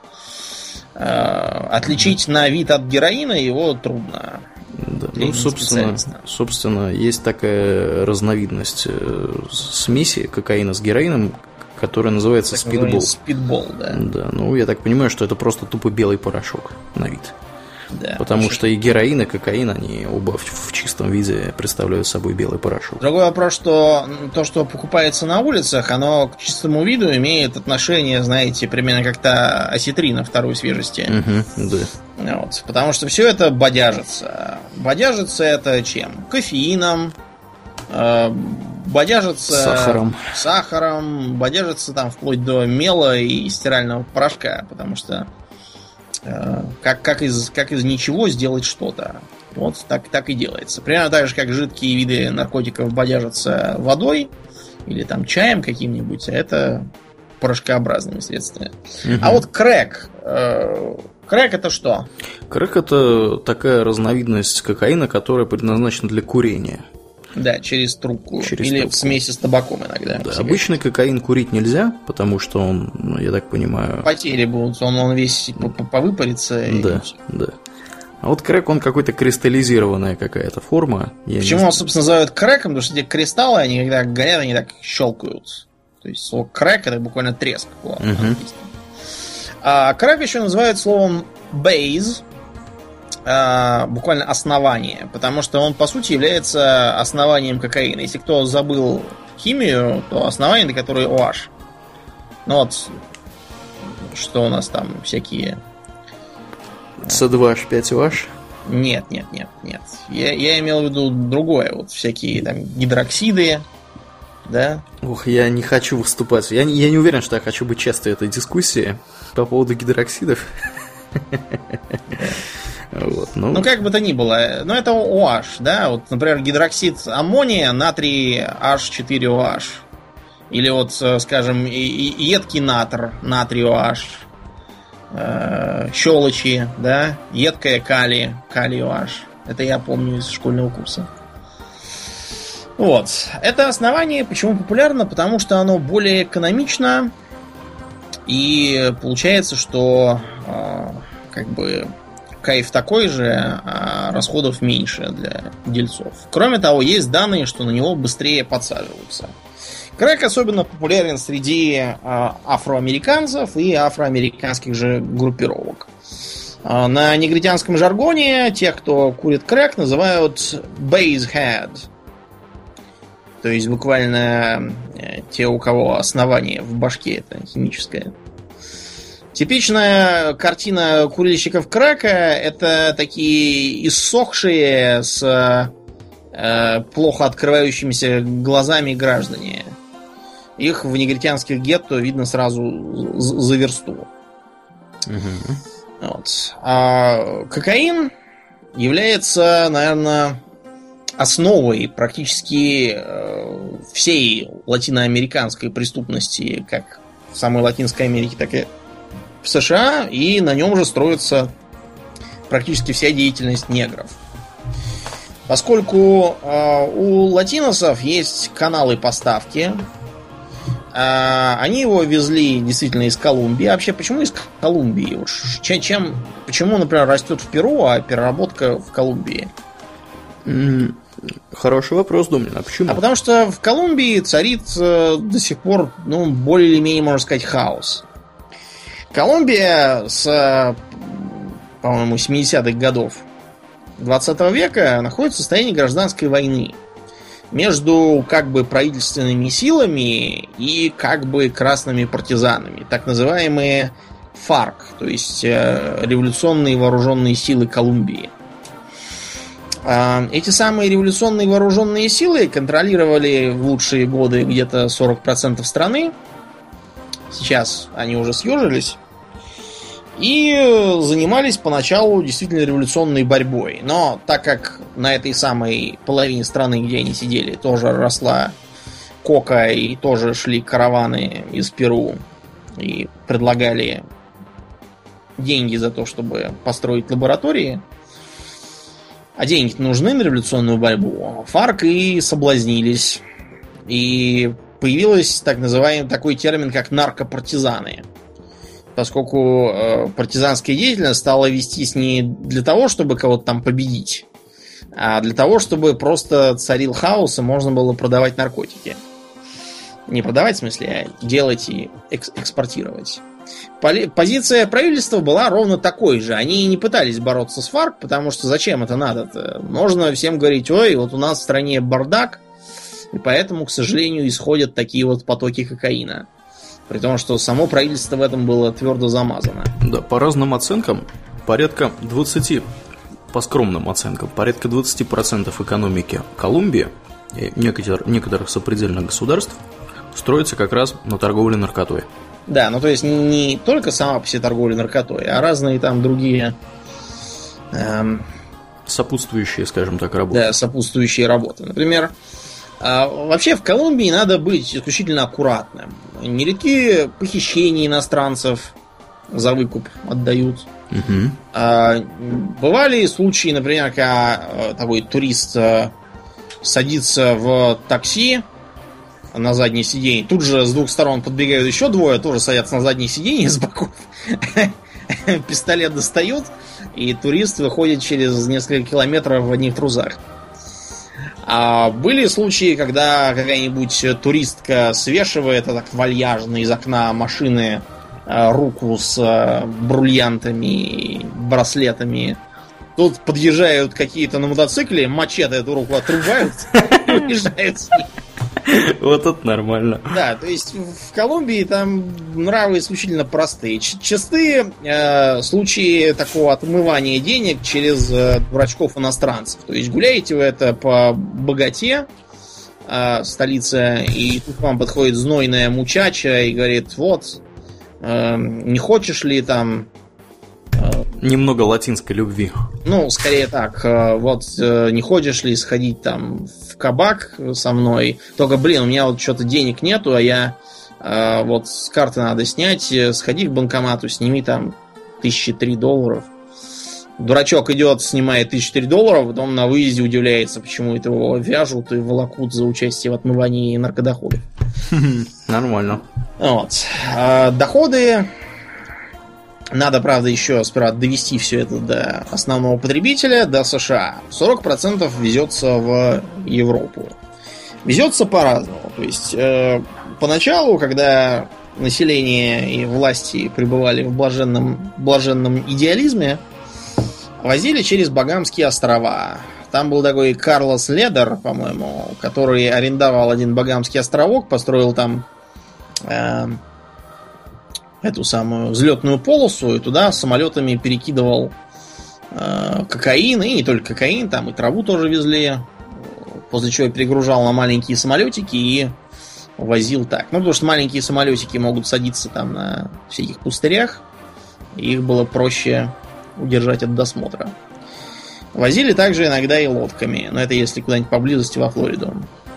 Отличить на вид от героина его трудно. Да, ну, собственно, есть такая разновидность смеси кокаина с героином, которая называется спидбол. Спидбол, да. Да, ну, я так понимаю, что это просто тупо белый порошок на вид. Да, потому что и героин, и кокаин, они оба в чистом виде представляют собой белый порошок. Другой вопрос, что то, что покупается на улицах, оно к чистому виду имеет отношение, знаете, примерно как-то осетрина второй свежести. Да. Вот, потому что все это бодяжится. Бодяжится это чем? Кофеином, бодяжится сахаром, бодяжится там вплоть до мела и стирального порошка, потому что как из ничего сделать что-то. Вот так и делается. Примерно так же, как жидкие виды наркотиков бодяжатся водой или там чаем каким-нибудь, а это порошкообразными средствами. А вот крэк. Крэк это что? Крэк это такая разновидность кокаина, которая предназначена для курения. Да, через трубку. Или в смеси с табаком иногда. Да, обычный кокаин курить нельзя, потому что он, я так понимаю... Потери будут, он весь повыпарится. Да. А вот крэк, он какой-то кристаллизированная какая-то форма. Почему он, собственно, называют крэком? Потому что эти кристаллы, они когда горят, они так щелкают. То есть слово крэк — это буквально треск. А крэк еще называют словом base, буквально основание, потому что он, по сути, является основанием кокаина. Если кто забыл химию, то основание, для которой OH. Ну вот, что у нас там всякие... C2H5OH? Нет. Я имел в виду другое. Вот всякие там гидроксиды, да? Ох, я не хочу выступать. Я не уверен, что я хочу быть часто в этой дискуссии по поводу гидроксидов. Вот, ну, как бы то ни было, но это OH, да, вот, например, гидроксид аммония, натрий H4OH. Или вот, скажем, едкий натр, натрий OH. Щелочи, да, едкая калий OH. Это я помню из школьного курса. Вот. Это основание почему популярно? Потому что оно более экономично. И получается, что как бы кайф такой же, а расходов меньше для дельцов. Кроме того, есть данные, что на него быстрее подсаживаются. Крэк особенно популярен среди афроамериканцев и афроамериканских же группировок. На негритянском жаргоне тех, кто курит крэк, называют basehead. То есть буквально те, у кого основание в башке это химическое. Типичная картина курильщиков крака — это такие иссохшие с плохо открывающимися глазами граждане. Их в негритянских гетто видно сразу за версту. Вот. А кокаин является, наверное, основой практически всей латиноамериканской преступности, как в самой Латинской Америке, так и в США, и на нем же строится практически вся деятельность негров. Поскольку у латиносов есть каналы поставки, они его везли действительно из Колумбии. А вообще, почему из Колумбии? Почему, например, растет в Перу, а переработка в Колумбии? Хороший вопрос, Домнин. А почему? А потому что в Колумбии царит до сих пор, более или менее, можно сказать, хаос. Колумбия с, по-моему, 70-х годов 20 века находится в состоянии гражданской войны между как бы правительственными силами и как бы красными партизанами, так называемые ФАРК, то есть революционные вооруженные силы Колумбии. Эти самые революционные вооруженные силы контролировали в лучшие годы где-то 40% страны. Сейчас они уже съежились. И занимались поначалу действительно революционной борьбой. Но так как на этой самой половине страны, где они сидели, тоже росла кока и тоже шли караваны из Перу и предлагали деньги за то, чтобы построить лаборатории, а деньги нужны на революционную борьбу, ФАРК и соблазнились. И появился такой термин, как наркопартизаны. Поскольку партизанская деятельность стала вестись не для того, чтобы кого-то там победить, а для того, чтобы просто царил хаос и можно было продавать наркотики. Не продавать, в смысле, а делать и экспортировать. Позиция правительства была ровно такой же. Они не пытались бороться с ФАРК, потому что зачем это надо-то? Можно всем говорить: ой, вот у нас в стране бардак, и поэтому, к сожалению, исходят такие вот потоки кокаина. При том, что само правительство в этом было твердо замазано. Да, по разным оценкам, порядка 20, по скромным оценкам, порядка 20% экономики Колумбии и некоторых сопредельных государств строится как раз на торговле наркотой. Да, то есть не только сама по себе торговля наркотой, а разные там другие... сопутствующие, скажем так, работы. Да, сопутствующие работы. Например, вообще в Колумбии надо быть исключительно аккуратным. Нередки похищения иностранцев за выкуп отдают. Угу. Бывали случаи, например, когда такой турист садится в такси на заднее сиденье. Тут же с двух сторон подбегают еще двое, тоже садятся на заднее сиденье с боков. Пистолет достают, и турист выходит через несколько километров в одних трусах. А были случаи, когда какая-нибудь туристка свешивает так вальяжно из окна машины руку с бриллиантами и браслетами. Тут подъезжают какие-то на мотоцикле, мачете эту руку отрубают и уезжают с ней. Вот это нормально. Да, то есть в Колумбии там нравы исключительно простые. Частые случаи такого отмывания денег через дурачков-иностранцев. То есть гуляете вы это по богате, столице, и тут вам подходит знойная мучача и говорит: вот, не хочешь ли там... Немного латинской любви. Ну, скорее так. Вот, не хочешь ли сходить там в кабак со мной? Только, у меня вот что-то денег нету, а я вот с карты надо снять. Сходи к банкомату, сними там $1003. Дурачок идет, снимает $1003, потом на выезде удивляется, почему это его вяжут и волокут за участие в отмывании наркодоходов. Нормально. Вот. Доходы... Надо, правда, еще сперва довести все это до основного потребителя, до США. 40% везется в Европу. Везется по-разному. То есть, поначалу, когда население и власти пребывали в блаженном идеализме, возили через Багамские острова. Там был такой Карлос Ледер, по-моему, который арендовал один Багамский островок, построил там эту самую взлетную полосу и туда самолетами перекидывал кокаин, и не только кокаин, там и траву тоже везли, после чего перегружал на маленькие самолетики и возил так. Ну, потому что маленькие самолетики могут садиться там на всяких пустырях, и их было проще удержать от досмотра. Возили также иногда и лодками, но это если куда-нибудь поблизости во Флориду.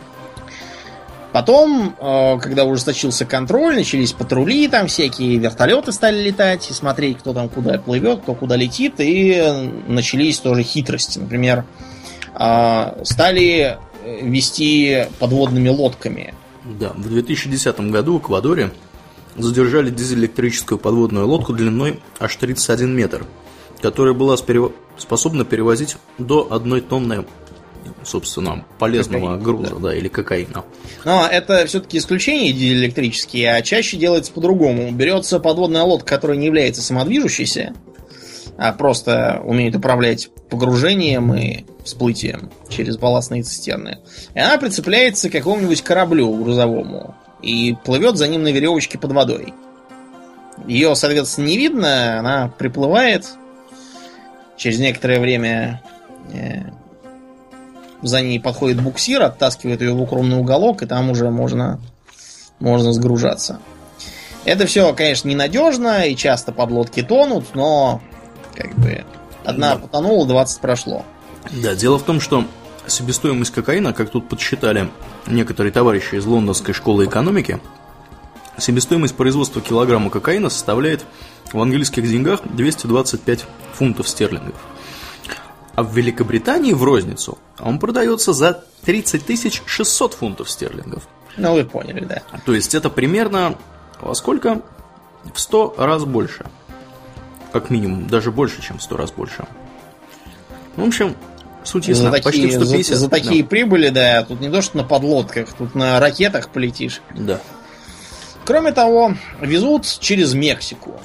Потом, когда ужесточился контроль, начались патрули, там всякие вертолеты стали летать и смотреть, кто там куда плывет, кто куда летит, и начались тоже хитрости. Например, стали вести подводными лодками. Да, в 2010 году в Эквадоре задержали дизель-электрическую подводную лодку длиной аж 31 метр, которая была способна перевозить до 1 тонны, собственно, полезного груза, да, или кокаина. Но это все-таки исключение дизель-электрические, а чаще делается по-другому. Берется подводная лодка, которая не является самодвижущейся, а просто умеет управлять погружением и всплытием через балластные цистерны. И она прицепляется к какому-нибудь кораблю грузовому и плывет за ним на веревочке под водой. Ее, соответственно, не видно, она приплывает. Через некоторое время за ней подходит буксир, оттаскивает ее в укромный уголок, и там уже можно сгружаться. Это все, конечно, ненадежно, и часто подлодки тонут, но как бы одна потонула, 20 прошло. Да, дело в том, что себестоимость кокаина, как тут подсчитали некоторые товарищи из Лондонской школы экономики, себестоимость производства килограмма кокаина составляет в английских деньгах 225 фунтов стерлингов. А в Великобритании в розницу он продается за 30 600 фунтов стерлингов. Ну, вы поняли, да. То есть это примерно во сколько? В 100 раз больше. Как минимум, даже больше, чем в 100 раз больше. В общем, суть ясна. Почти 150. За такие прибыли, да, тут не то, что на подлодках, тут на ракетах полетишь. Да. Кроме того, везут через Мексику.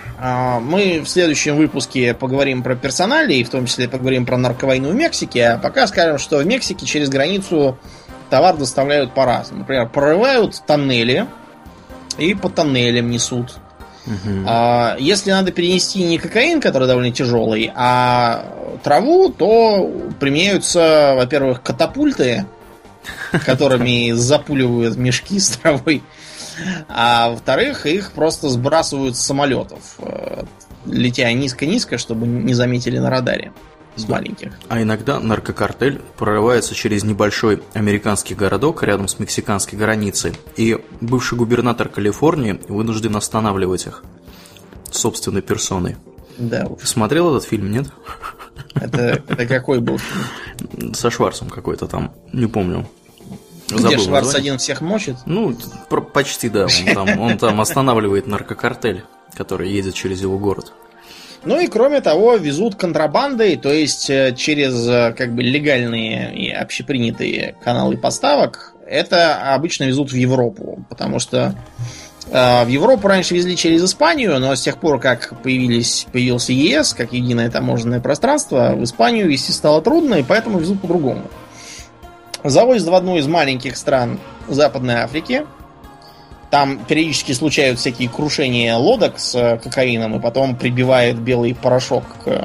Мы в следующем выпуске поговорим про персоналии, в том числе поговорим про нарковойну в Мексике, а пока скажем, что в Мексике через границу товар доставляют по-разному. Например, прорывают тоннели и по тоннелям несут. Угу. Если надо перенести не кокаин, который довольно тяжелый, а траву, то применяются, во-первых, катапульты, которыми запуливают мешки с травой. А во-вторых, их просто сбрасывают с самолетов, летя низко-низко, чтобы не заметили на радаре с маленьких. А иногда наркокартель прорывается через небольшой американский городок рядом с мексиканской границей, и бывший губернатор Калифорнии вынужден останавливать их собственной персоной. Да уж. Смотрел этот фильм, нет? Это какой был фильм? Со Шварцем какой-то там, не помню. Где Шварц один всех мочит? Ну, почти, да. Он там останавливает наркокартель, который едет через его город. Ну и кроме того, везут контрабандой, то есть через как бы легальные и общепринятые каналы поставок. Это обычно везут в Европу, потому что в Европу раньше везли через Испанию, но с тех пор, как появился ЕС, как единое таможенное пространство, в Испанию везти стало трудно, и поэтому везут по-другому. Завозят в одну из маленьких стран Западной Африки. Там периодически случаются всякие крушения лодок с кокаином, и потом прибивает белый порошок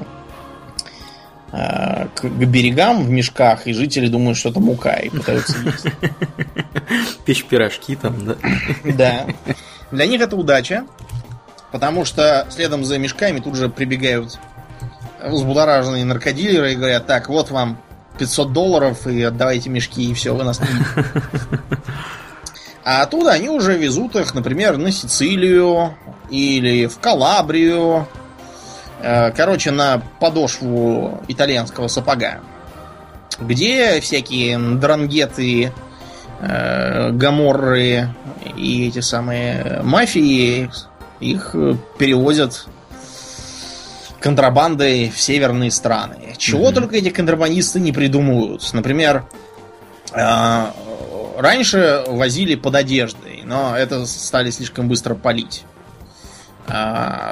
к берегам в мешках, и жители думают, что это мука, и пытаются есть. Печь пирожки там, да? Да. Для них это удача, потому что следом за мешками тут же прибегают взбудораженные наркодилеры и говорят: так, вот вам $500 и отдавайте мешки, и все, вы нас не видите. А оттуда они уже везут их, например, на Сицилию или в Калабрию. Короче, на подошву итальянского сапога, где всякие дрангеты, гоморры и эти самые мафии их перевозят контрабандой в северные страны. Чего только эти контрабандисты не придумывают. Например, раньше возили под одеждой, но это стали слишком быстро палить.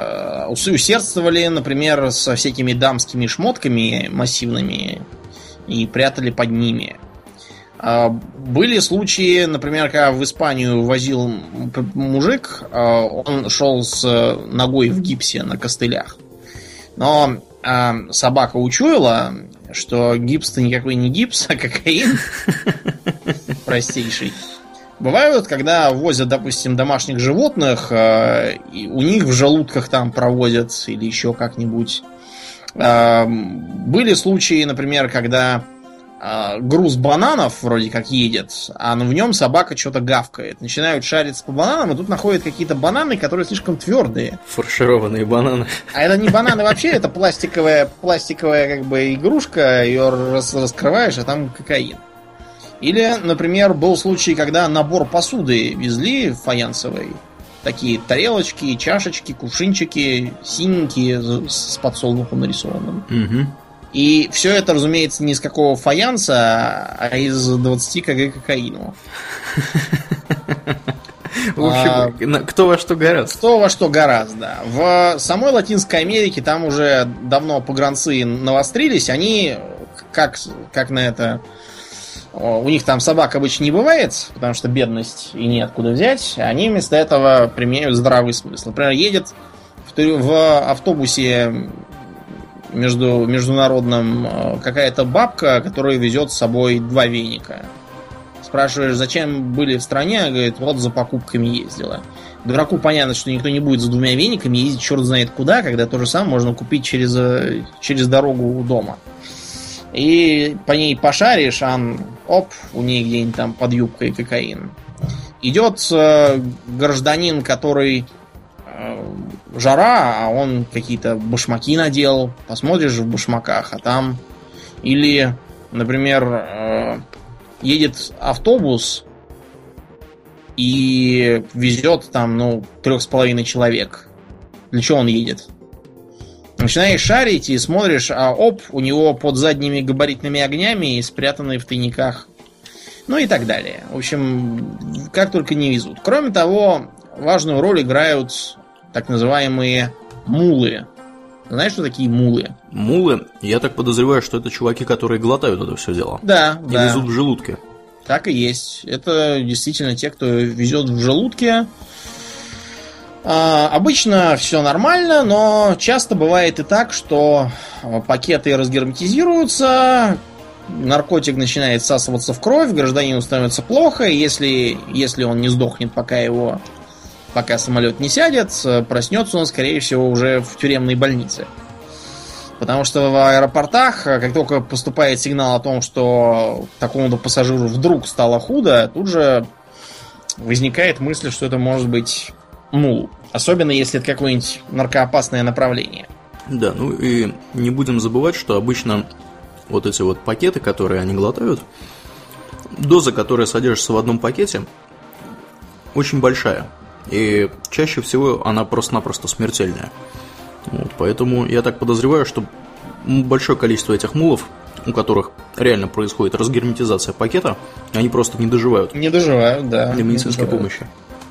Усердствовали, например, со всякими дамскими шмотками массивными и прятали под ними. Были случаи, например, когда в Испанию возил мужик, он шел с ногой в гипсе на костылях. Но собака учуяла, что гипс-то никакой не гипс, а кокаин простейший. Бывают, когда возят, допустим, домашних животных, и у них в желудках там проводят или еще как-нибудь. Были случаи, например, когда груз бананов вроде как едет, а в нем собака что-то гавкает. Начинают шариться по бананам, и тут находят какие-то бананы, которые слишком твердые. Фаршированные бананы. А это не бананы вообще, это пластиковая как бы игрушка, ее раскрываешь, а там кокаин. Или, например, был случай, когда набор посуды везли фаянсовой. Такие тарелочки, чашечки, кувшинчики, синенькие, с подсолнухом нарисованным. Угу. И все это, разумеется, не из какого фаянса, а из 20 кг кокаину. В общем, кто во что гораст. Кто во что гораст, да. В самой Латинской Америке там уже давно погранцы навострились. Они, как на это... У них там собак обычно не бывает, потому что бедность и неоткуда взять. Они вместо этого применяют здравый смысл. Например, едет в автобусе международном какая-то бабка, которая везет с собой 2 веника. Спрашиваешь, зачем были в стране? Она говорит, вот за покупками ездила. Дураку понятно, что никто не будет за 2 вениками ездить черт знает куда, когда то же самое можно купить через дорогу у дома. И по ней пошаришь, у ней где-нибудь там под юбкой кокаин. Идет гражданин, который жара, а он какие-то башмаки надел. Посмотришь в башмаках, а там... Или, например, едет автобус и везет там, 3,5 человек. Для чего он едет? Начинаешь шарить и смотришь, у него под задними габаритными огнями и спрятанные в тайниках. И так далее. В общем, как только не везут. Кроме того, важную роль играют так называемые мулы. Знаешь, что такие мулы? Мулы? Я так подозреваю, что это чуваки, которые глотают это все дело. Да, и везут в желудке. Так и есть. Это действительно те, кто везет в желудке. Обычно все нормально, но часто бывает и так, что пакеты разгерметизируются, наркотик начинает всасываться в кровь, гражданину становится плохо, и если он не сдохнет, пока самолет не сядет, проснется он, скорее всего, уже в тюремной больнице. Потому что в аэропортах, как только поступает сигнал о том, что такому-то пассажиру вдруг стало худо, тут же возникает мысль, что это может быть мул. Особенно если это какое-нибудь наркоопасное направление. Да, и не будем забывать, что обычно вот эти вот пакеты, которые они глотают, доза, которая содержится в одном пакете, очень большая. И чаще всего она просто-напросто смертельная. Поэтому я так подозреваю, что большое количество этих мулов, у которых реально происходит разгерметизация пакета, они просто не доживают. Не доживают, да. Для медицинской помощи.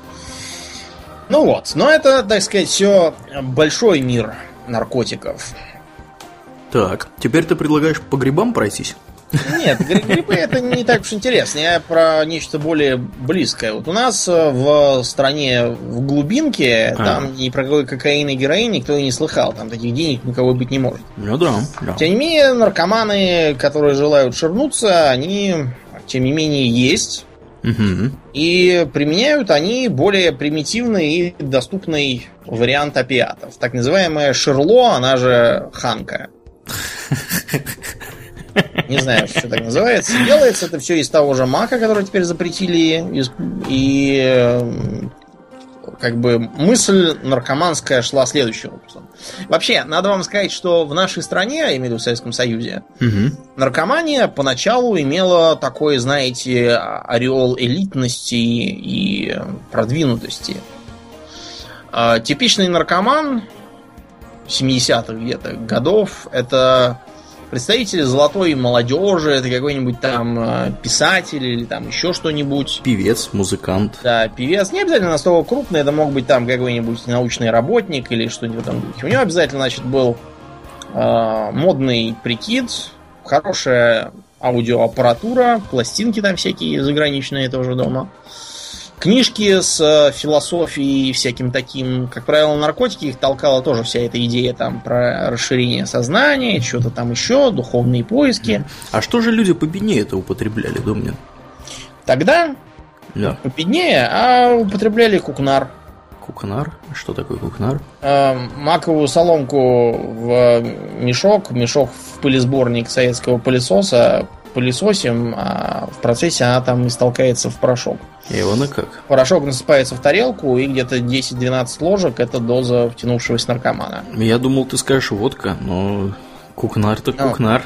Но это, так сказать, все большой мир наркотиков. Так, теперь ты предлагаешь по грибам пройтись? Нет, грибы это не так уж интересно. Я про нечто более близкое. Вот у нас в стране, в глубинке, там ни про какой кокаин и героин никто и не слыхал. Там таких денег никого быть не может. Да. Тем не менее, наркоманы, которые желают ширнуться, они, тем не менее, есть. Угу. И применяют они более примитивный и доступный вариант опиатов. Так называемая ширло, она же ханка. Не знаю, что так называется. Делается это все из того же мака, который теперь запретили. И как бы мысль наркоманская шла следующим образом. Вообще, надо вам сказать, что в нашей стране, я имею в виду в Советском Союзе, наркомания поначалу имела такой, знаете, ореол элитности и продвинутости. Типичный наркоман 70-х где-то годов — это представители золотой молодежи, это какой-нибудь там писатель или там еще что-нибудь. Певец, музыкант. Да, певец. Не обязательно настолько крупный, это мог быть там какой-нибудь научный работник или что-нибудь там. У него обязательно, значит, был модный прикид, хорошая аудиоаппаратура, пластинки там всякие заграничные тоже дома. Книжки с философией и всяким таким. Как правило, наркотики их толкала тоже вся эта идея там про расширение сознания, что-то там еще, духовные поиски. А что же люди победнее это употребляли, Домнин? Тогда победнее, а употребляли кукнар. Кукнар? Что такое кукнар? Маковую соломку в мешок в пылесборник советского пылесоса пылесосим, а в процессе она там истолкается в порошок. И его на как? Порошок насыпается в тарелку, и где-то 10-12 ложек — это доза втянувшегося наркомана. Я думал, ты скажешь водка, но кукнар-то кукнар.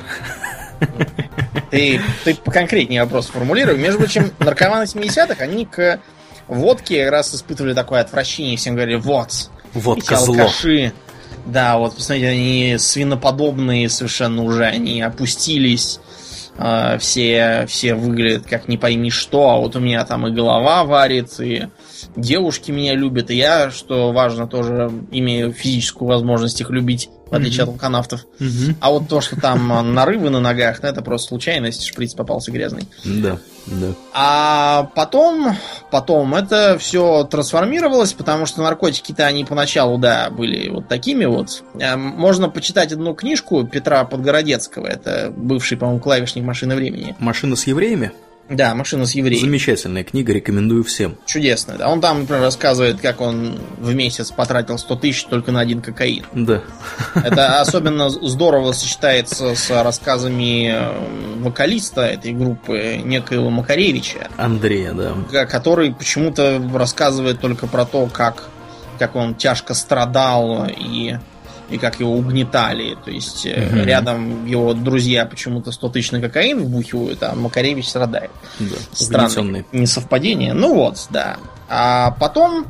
Ты поконкретнее вопрос формулируй. Между прочим, наркоманы 70-х, они к водке как раз испытывали такое отвращение. Всем говорили: вот, водка эти зло. алкаши. Да, вот, посмотрите, они свиноподобные совершенно уже, они опустились. Все выглядят как не пойми что, а вот у меня там и голова варит, и девушки меня любят, и я, что важно, тоже имею физическую возможность их любить, в отличие от алканавтов. А вот то, что там нарывы на ногах, это просто случайность, шприц попался грязный. Да. А потом это все трансформировалось, потому что наркотики-то они поначалу, да, были вот такими вот. Можно почитать одну книжку Петра Подгородецкого, это бывший, по-моему, клавишник «Машины времени». «Машина с евреями»? Да, «Машина с евреями». Замечательная книга, рекомендую всем. Чудесная, да. Он там, например, рассказывает, как он в месяц потратил 100 тысяч только на один кокаин. Да. Это особенно здорово сочетается с рассказами вокалиста этой группы, некоего Макаревича. Андрея, да. Который почему-то рассказывает только про то, как он тяжко страдал и как его угнетали. То есть рядом его друзья почему-то 100 тысяч на кокаин вбухивают, а Макаревич страдает. Да, странное несовпадение. Ну вот, да. А потом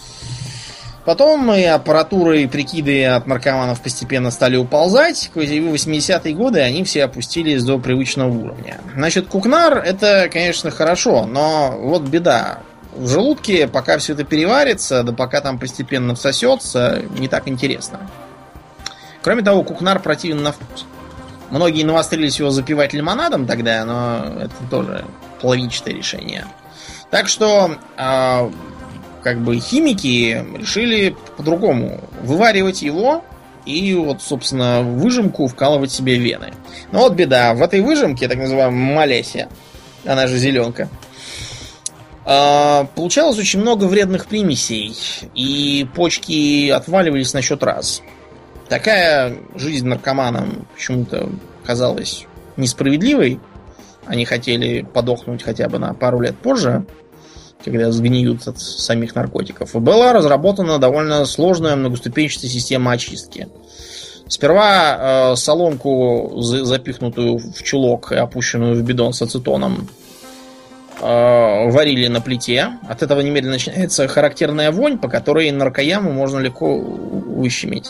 и аппаратура, и прикиды от наркоманов постепенно стали уползать. В 80-е годы они все опустились до привычного уровня. Значит, кукнар — это, конечно, хорошо, но вот беда. В желудке, пока все это переварится, да пока там постепенно всосется, не так интересно. Кроме того, кукнар противен на вкус. Многие навострились его запивать лимонадом тогда, но это тоже половинчатое решение. Так что химики решили по-другому вываривать его и вот, собственно, выжимку вкалывать себе в вены. Но вот беда. В этой выжимке, так называемой малясе, она же зеленка, получалось очень много вредных примесей, и почки отваливались на счет раз. Такая жизнь наркоманам почему-то казалась несправедливой. Они хотели подохнуть хотя бы на пару лет позже, когда сгниют от самих наркотиков. И была разработана довольно сложная многоступенчатая система очистки. Сперва соломку, запихнутую в чулок и опущенную в бидон с ацетоном, варили на плите. От этого немедленно начинается характерная вонь, по которой наркояму можно легко выщемить.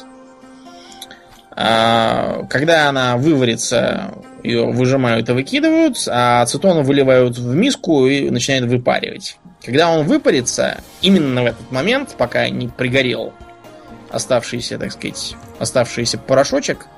Когда она выварится, ее выжимают и выкидывают, а ацетон выливают в миску и начинают выпаривать. Когда он выпарится, именно в этот момент, пока не пригорел оставшийся порошочек,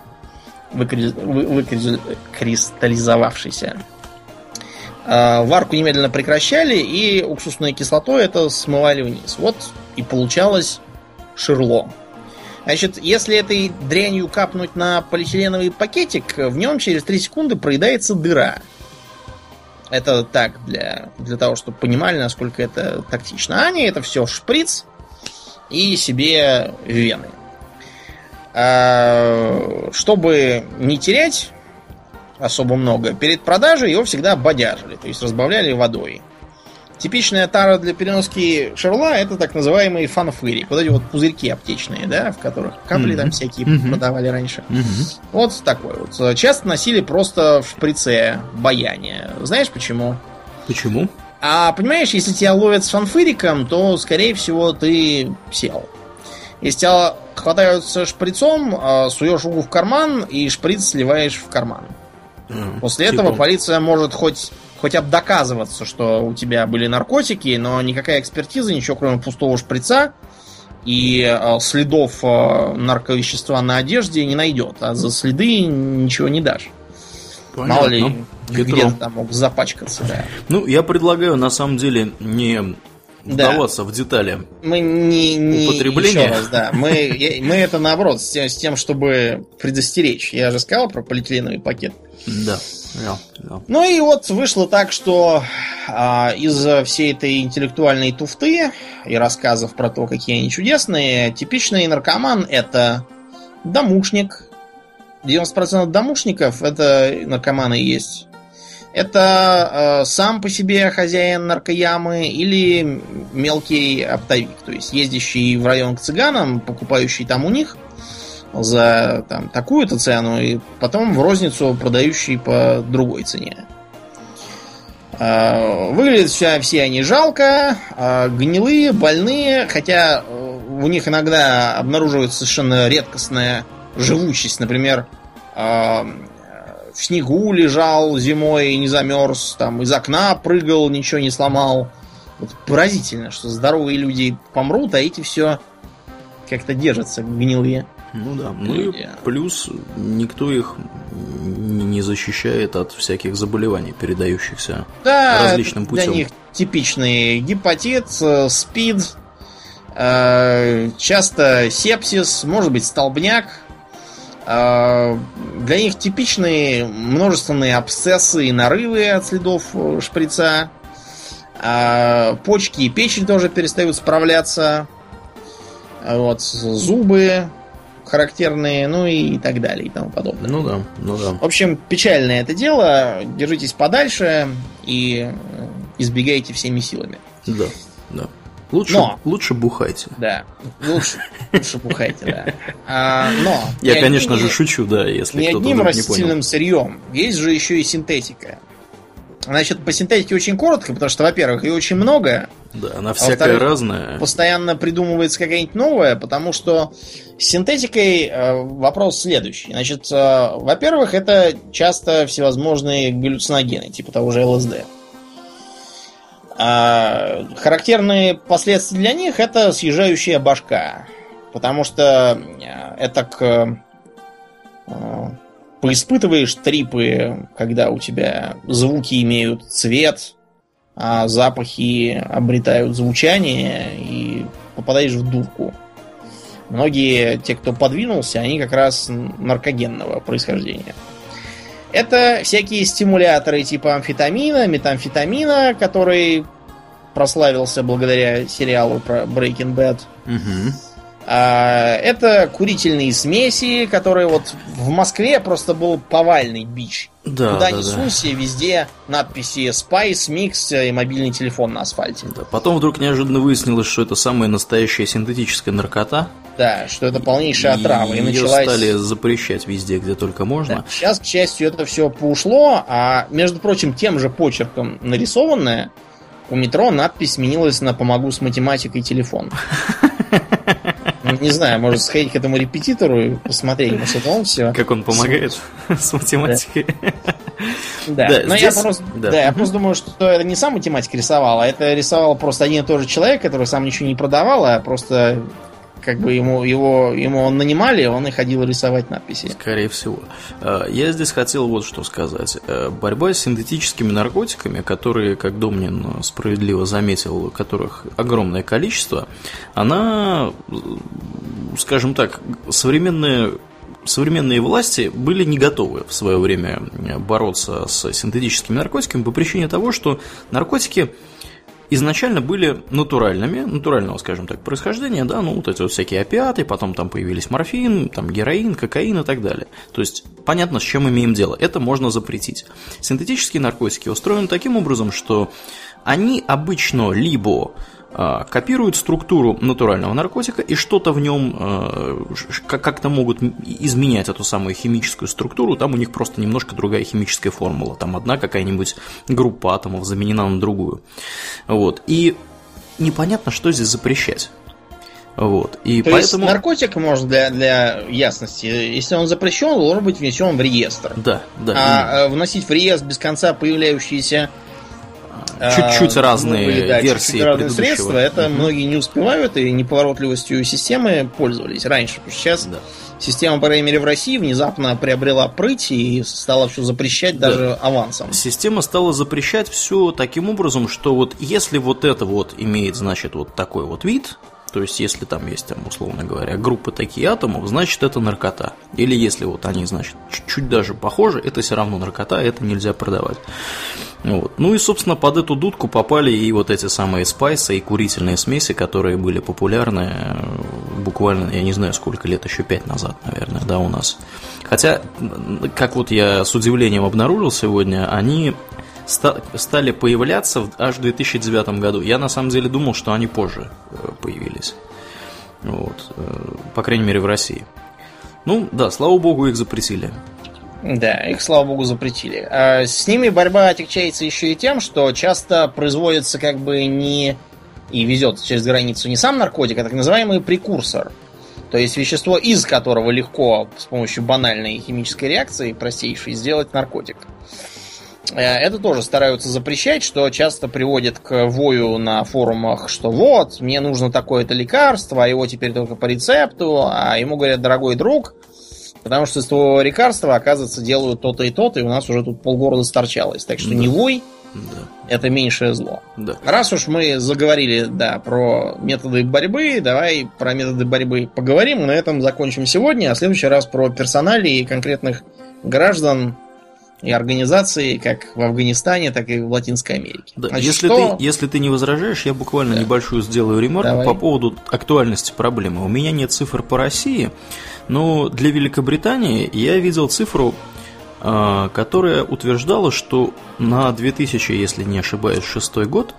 выкристаллизовавшийся, варку немедленно прекращали, и уксусной кислотой это смывали вниз. Вот и получалось ширло. Значит, если этой дрянью капнуть на полиэтиленовый пакетик, в нем через 3 секунды проедается дыра. Это так, для того, чтобы понимали, насколько это тактично. А они это все в шприц и себе в вены. Чтобы не терять особо много, перед продажей его всегда бодяжили, то есть разбавляли водой. Типичная тара для переноски шерла — это так называемый фанфырик. Вот эти вот пузырьки аптечные, да, в которых капли там всякие продавали раньше. Вот такой вот. Часто носили просто в шприце баяние. Знаешь почему? Почему? А понимаешь, если тебя ловят с фанфыриком, то, скорее всего, ты сел. Если тебя хватают со шприцом, суешь руку в карман и шприц сливаешь в карман. После этого полиция может хоть обдоказываться, что у тебя были наркотики, но никакая экспертиза, ничего кроме пустого шприца и следов нарковещества на одежде не найдет. А за следы ничего не дашь. Понятно. Мало ли, где-то там мог запачкаться, да. Ну, я предлагаю, на самом деле, не вдаваться в детали мы не употребления. Еще раз, да. Мы это наоборот, с тем, чтобы предостеречь. Я же сказал про полиэтиленовый пакет. Да. Ну и вот вышло так, что из-за всей этой интеллектуальной туфты и рассказов про то, какие они чудесные, типичный наркоман — это домушник. 90% домушников — это наркоманы и есть. Это сам по себе хозяин наркоямы или мелкий оптовик, то есть ездящий в район к цыганам, покупающий там у них за там такую-то цену и потом в розницу продающий по другой цене. Выглядят все они жалко, гнилые, больные, хотя у них иногда обнаруживается совершенно редкостная живучесть. Например, в снегу лежал зимой и не замерз, там из окна прыгал, ничего не сломал. Вот поразительно, что здоровые люди помрут, а эти все как-то держатся гнилые. Ну да, ну и плюс никто их не защищает от всяких заболеваний, передающихся различным путем. Для них типичный гепатит, СПИД, часто сепсис, может быть столбняк. Для них типичные множественные абсцессы и нарывы от следов шприца. Почки и печень тоже перестают справляться. Вот, зубы характерные, ну и так далее и тому подобное. Ну да. В общем, печальное это дело. Держитесь подальше и избегайте всеми силами. Да. Лучше бухайте. Да, лучше бухайте, да. Но я, конечно же, шучу, да, если не кто-то одним вдруг не растительным понял. сырьем. Есть же еще и синтетика. Значит, по синтетике очень коротко, потому что, во-первых, ее очень много. Да, она всякая разная. Постоянно придумывается какая-нибудь новая, потому что с синтетикой вопрос следующий. Значит, во-первых, это часто всевозможные галлюциногены, типа того же ЛСД. Характерные последствия для них — это съезжающая башка. Потому что это поиспытываешь трипы, когда у тебя звуки имеют цвет, а запахи обретают звучание, и попадаешь в дурку. Многие, те, кто подвинулся, они как раз наркогенного происхождения. Это всякие стимуляторы типа амфетамина, метамфетамина, который прославился благодаря сериалу про Breaking Bad. Угу. Это курительные смеси, которые вот в Москве просто был повальный бич. Куда ни сунься, везде надписи Spice, Mix и мобильный телефон на асфальте. Да. Потом вдруг неожиданно выяснилось, что это самая настоящая синтетическая наркота. Да, что это полнейшая отрава. И ее стали запрещать везде, где только можно. Да. Сейчас, к счастью, это все поушло, а, между прочим, тем же почерком нарисованное у метро надпись сменилась на «Помогу с математикой телефон». Не знаю, может сходить к этому репетитору и посмотреть, может это он все. Как он помогает с математикой. Да, но я просто думаю, что это не сам математик рисовал, а это рисовал просто один и тот же человек, который сам ничего не продавал, а просто как бы ему нанимали, он и ходил рисовать надписи. Скорее всего. Я здесь хотел вот что сказать. Борьба с синтетическими наркотиками, которые, как Домнин справедливо заметил, которых огромное количество, она, скажем так, современные власти были не готовы в свое время бороться с синтетическими наркотиками по причине того, что наркотики изначально были натурального, скажем так, происхождения, да, ну, вот эти вот всякие опиаты, потом там появились морфин, там героин, кокаин и так далее. То есть, понятно, с чем имеем дело. Это можно запретить. Синтетические наркотики устроены таким образом, что они обычно либо копируют структуру натурального наркотика и что-то в нем как-то могут изменять эту самую химическую структуру, там у них просто немножко другая химическая формула, там одна какая-нибудь группа атомов заменена на другую. Вот. И непонятно, что здесь запрещать. Вот. И то поэтому... есть наркотик, может, для ясности, если он запрещен, он должен быть внесен в реестр. Да. А вносить в реестр без конца появляющиеся чуть-чуть разные версии чуть-чуть разные средства, это многие не успевают и неповоротливостью системы пользовались раньше. Потому что сейчас система, по крайней мере, в России внезапно приобрела прыть и стала все запрещать даже авансом. Система стала запрещать все таким образом, что вот если вот это вот имеет, значит, вот такой вот вид, то есть если там есть, там, условно говоря, группы такие атомов, значит это наркота. Или если вот они, значит, чуть-чуть даже похожи, это все равно наркота, это нельзя продавать. Вот. Ну и, собственно, под эту дудку попали и вот эти самые спайсы и курительные смеси, которые были популярны буквально, я не знаю, сколько лет, еще 5 назад, наверное, да, у нас. Хотя, как вот я с удивлением обнаружил сегодня, они стали появляться аж в 2009 году. Я на самом деле думал, что они позже появились. Вот. По крайней мере, в России. Ну, да, слава богу, их запретили. Да, их, слава богу, запретили. А с ними борьба отягчается еще и тем, что часто производится как бы не... и везет через границу не сам наркотик, а так называемый прекурсор. То есть вещество, из которого легко с помощью банальной химической реакции, простейшей, сделать наркотик. Это тоже стараются запрещать, что часто приводит к вою на форумах, что вот, мне нужно такое-то лекарство, а его теперь только по рецепту, а ему говорят, дорогой друг, потому что из твоего лекарства, оказывается, делают то-то и то-то, и у нас уже тут полгорода сторчалось. Так что не вой, это меньшее зло. Да. Раз уж мы заговорили, да, про методы борьбы, давай про методы борьбы поговорим, на этом закончим сегодня, а в следующий раз про персоналии конкретных граждан и организации, как в Афганистане, так и в Латинской Америке. Да. Значит, если ты не возражаешь, я буквально небольшую сделаю ремарку по поводу актуальности проблемы. У меня нет цифр по России, но для Великобритании я видел цифру, которая утверждала, что на 2000, если не ошибаюсь, 6 год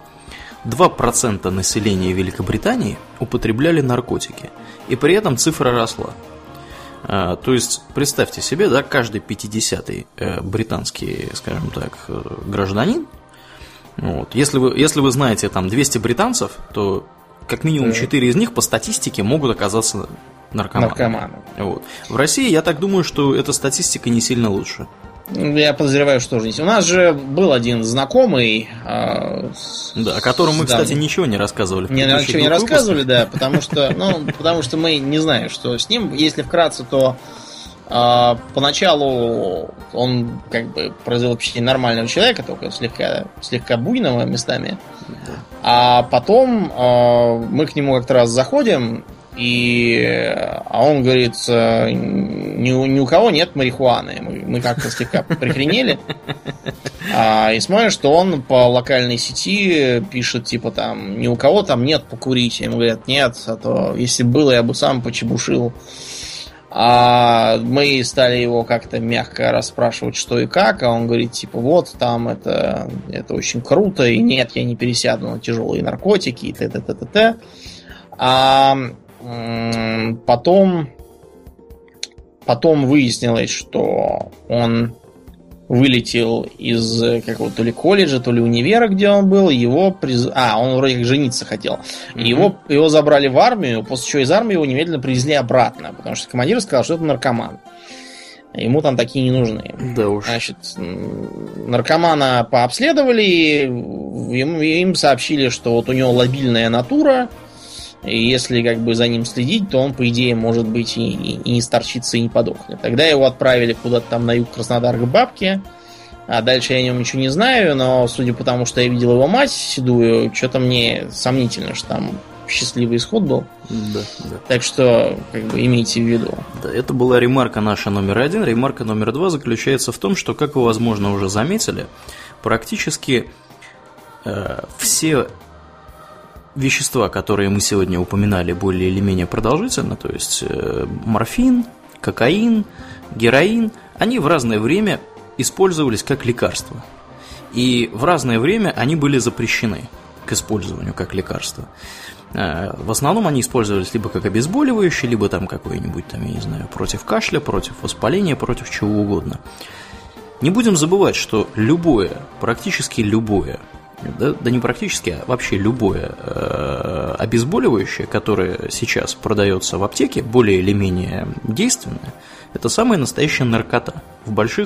2% населения Великобритании употребляли наркотики, и при этом цифра росла. То есть, представьте себе, да, каждый 50-й британский, скажем так, гражданин, вот, если вы знаете там 200 британцев, то как минимум 4 из них по статистике могут оказаться наркоманами. Вот. В России, я так думаю, что эта статистика не сильно лучше. Я подозреваю, что же. У нас же был один знакомый, да, о котором мы, кстати, ничего не рассказывали. Ничего не рассказывали, да, потому что мы не знаем, что с ним. Если вкратце, то поначалу он как бы произвел впечатление нормального человека, только слегка буйного местами. А потом мы к нему как-то раз заходим, а он говорит, ни у кого нет марихуаны. Мы как-то слегка прихренели. И смотрим, что он по локальной сети пишет, типа там, ни у кого там нет покурить. Ему говорят, нет, а то если было, я бы сам почебушил. А мы стали его как-то мягко расспрашивать, что и как, а он говорит, типа, вот там это очень круто, и нет, я не пересяду на тяжелые наркотики, и т.т. А потом выяснилось, что он вылетел из какого-то то ли колледжа, то ли универа, где он был, он вроде как жениться хотел. Его забрали в армию, после чего из армии его немедленно привезли обратно, потому что командир сказал, что это наркоман. Ему там такие не нужны. Да уж. Значит, наркомана пообследовали, им сообщили, что вот у него лобильная натура, и если как бы за ним следить, то он, по идее, может быть и не сторчится, и не подохнет. Тогда его отправили куда-то там на юг Краснодара к бабке, а дальше я о нем ничего не знаю, но судя по тому, что я видел его мать седую, что-то мне сомнительно, что там счастливый исход был. Да. Так что, как бы, имейте в виду. Да, это была ремарка наша номер 1. Ремарка номер 2 заключается в том, что, как вы, возможно, уже заметили, практически все вещества, которые мы сегодня упоминали более или менее продолжительно, то есть морфин, кокаин, героин, они в разное время использовались как лекарства. И в разное время они были запрещены к использованию как лекарства. В основном они использовались либо как обезболивающие, либо там какой-нибудь, там, я не знаю, против кашля, против воспаления, против чего угодно. Не будем забывать, что практически любое, да не практически, а вообще любое обезболивающее, которое сейчас продается в аптеке, более или менее действенное, это самая настоящая наркота в больших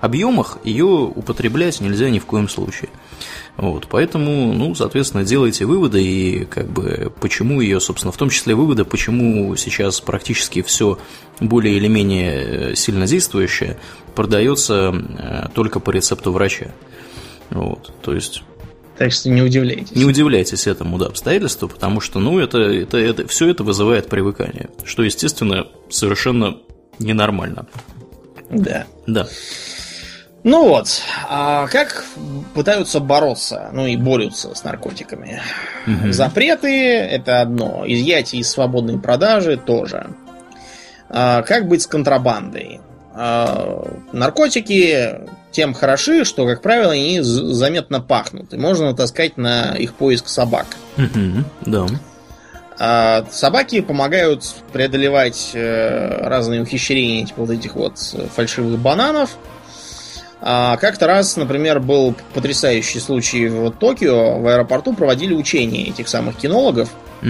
объемах ее употреблять нельзя ни в коем случае. Вот, поэтому, ну, соответственно, делайте выводы и как бы почему ее, собственно, в том числе выводы, почему сейчас практически все более или менее сильнодействующее продается только по рецепту врача. Вот, то есть... Так что не удивляйтесь. Не удивляйтесь этому, да, обстоятельству, потому что, ну, это все это вызывает привыкание, что, естественно, совершенно ненормально. Да. Да. Ну вот, а как пытаются бороться, ну и борются с наркотиками? Запреты – это одно, изъятие из свободной продажи тоже. Как быть с контрабандой? Наркотики тем хороши, что, как правило, они заметно пахнут, и можно натаскать на их поиск собак. Да. Собаки помогают преодолевать разные ухищрения, типа вот этих вот фальшивых бананов. Как-то раз, например, был потрясающий случай в Токио. В аэропорту проводили учения этих самых кинологов.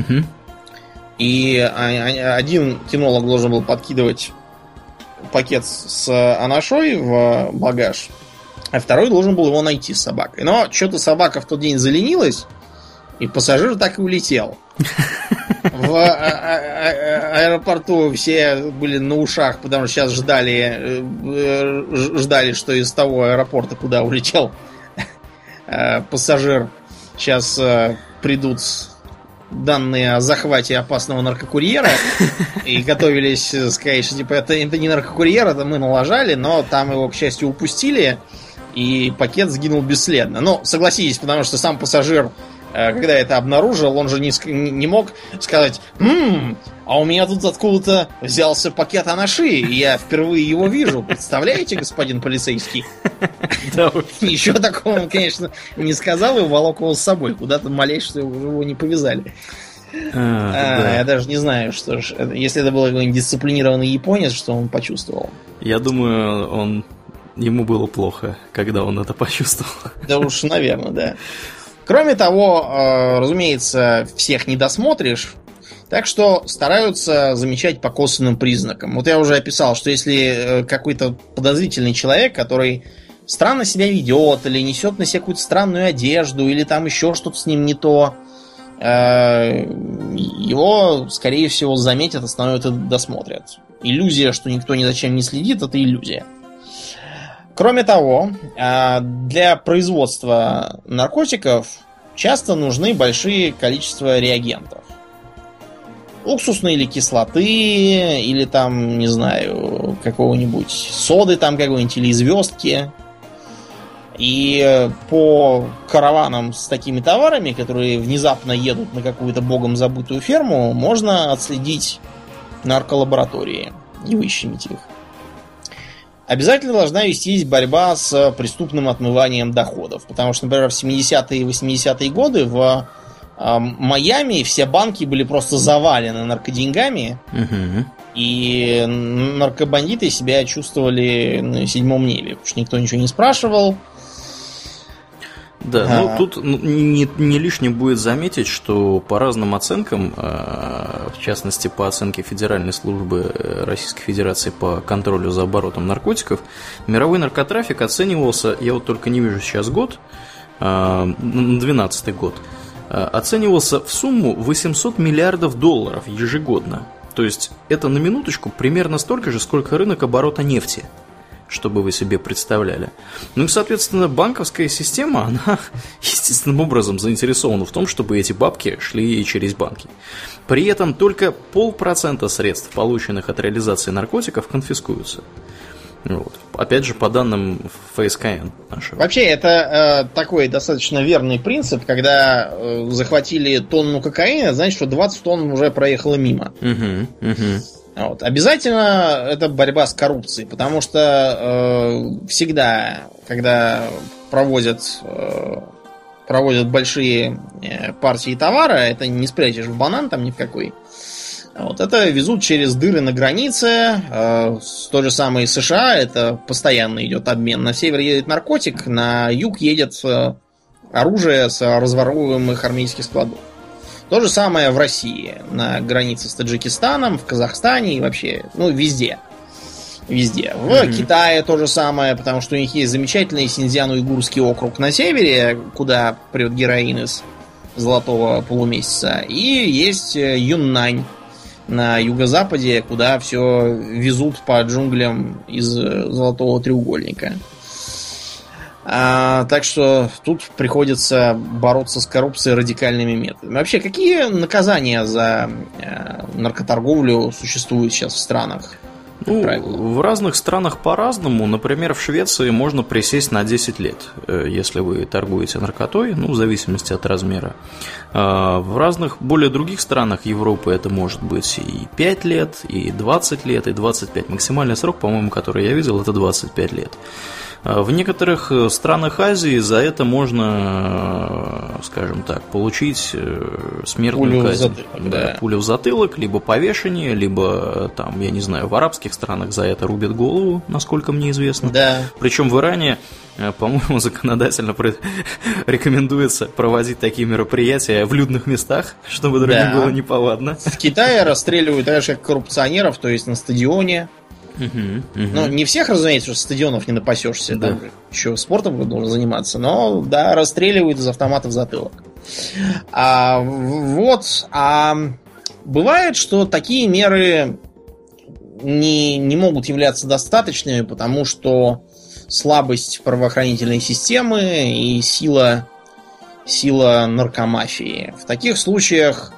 И один кинолог должен был подкидывать пакет с анашой в багаж, а второй должен был его найти с собакой. Но что-то собака в тот день заленилась, и пассажир так и улетел. В аэропорту все были на ушах, потому что сейчас ждали, что из того аэропорта, куда улетел пассажир, сейчас придут данные о захвате опасного наркокурьера, и готовились сказать, что типа это не наркокурьер, это мы налажали, но там его, к счастью, упустили, и пакет сгинул бесследно. Ну, согласитесь, потому что сам пассажир, когда это обнаружил, он же не мог сказать: а у меня тут откуда-то взялся пакет анаши, и я впервые его вижу. Представляете, господин полицейский? Ничего такого он, конечно, не сказал, и уволок его с собой. Куда-то молясь, что его не повязали. Я даже не знаю, что ж, если это был какой-нибудь дисциплинированный японец, что он почувствовал. Я думаю, ему было плохо, когда он это почувствовал. Да уж, наверное, да. Кроме того, разумеется, всех не досмотришь, так что стараются замечать по косвенным признакам. Вот я уже описал, что если какой-то подозрительный человек, который странно себя ведет, или несет на себе какую-то странную одежду, или там еще что-то с ним не то, его, скорее всего, заметят, остановят и досмотрят. Иллюзия, что никто ни за чем не следит, это иллюзия. Кроме того, для производства наркотиков часто нужны большие количества реагентов. Уксусной или кислоты, или там, не знаю, какого-нибудь соды там какой-нибудь, или звездки. И по караванам с такими товарами, которые внезапно едут на какую-то богом забытую ферму, можно отследить нарколаборатории и выщемить их. Обязательно должна вестись борьба с преступным отмыванием доходов. Потому что, например, в 70-е и 80-е годы в Майами все банки были просто завалены наркоденьгами. И наркобандиты себя чувствовали на седьмом небе. Потому что никто ничего не спрашивал. Да, ну тут не лишним будет заметить, что по разным оценкам, в частности по оценке Федеральной службы Российской Федерации по контролю за оборотом наркотиков, мировой наркотрафик оценивался, я вот только не вижу сейчас год, 2012 год, оценивался в сумму $800 миллиардов ежегодно. То есть это на минуточку примерно столько же, сколько рынок оборота нефти, чтобы вы себе представляли. Ну и, соответственно, банковская система, она естественным образом заинтересована в том, чтобы эти бабки шли через банки. При этом только 0,5% средств, полученных от реализации наркотиков, конфискуются. Вот. Опять же, по данным ФСКН нашего. Вообще, это такой достаточно верный принцип, когда захватили тонну кокаина, значит, что 20 тонн уже проехало мимо. Вот. Обязательно это борьба с коррупцией, потому что всегда, когда проводят большие партии товара, это не спрячешь в банан там ни в какой. Вот. Это везут через дыры на границе. С той же самой США это постоянно идет обмен. На север едет наркотик, на юг едет оружие с разворовываемых армейских складов. То же самое в России, на границе с Таджикистаном, в Казахстане и вообще, ну, везде. везде. В Китае то же самое, потому что у них есть замечательный Синьцзян-Уйгурский округ на севере, куда прет героин из Золотого полумесяца. И есть Юннань на юго-западе, куда все везут по джунглям из Золотого треугольника. Так что тут приходится бороться с коррупцией радикальными методами. Вообще, какие наказания за наркоторговлю существуют сейчас в странах? В разных странах по-разному. Например, в Швеции можно присесть на 10 лет, если вы торгуете наркотой, в зависимости от размера. В разных, более других странах Европы это может быть и 5 лет, и 20 лет, и 25. Максимальный срок, по-моему, который я видел, это 25 лет. В некоторых странах Азии за это можно, скажем так, получить смертную казнь. Пулю в затылок, либо повешение, либо, там, я не знаю, в арабских странах за это рубят голову, насколько мне известно. Да. Причем в Иране, по-моему, законодательно рекомендуется проводить такие мероприятия в людных местах, чтобы другим было неповадно. В Китае расстреливают так же, как коррупционеров, то есть на стадионе. Ну, не всех, разумеется, что стадионов не напасешься, да. Там еще спортом должен заниматься, но да, расстреливают из автомата в затылок. Бывает, что такие меры не могут являться достаточными, потому что слабость правоохранительной системы и сила наркомафии. В таких случаях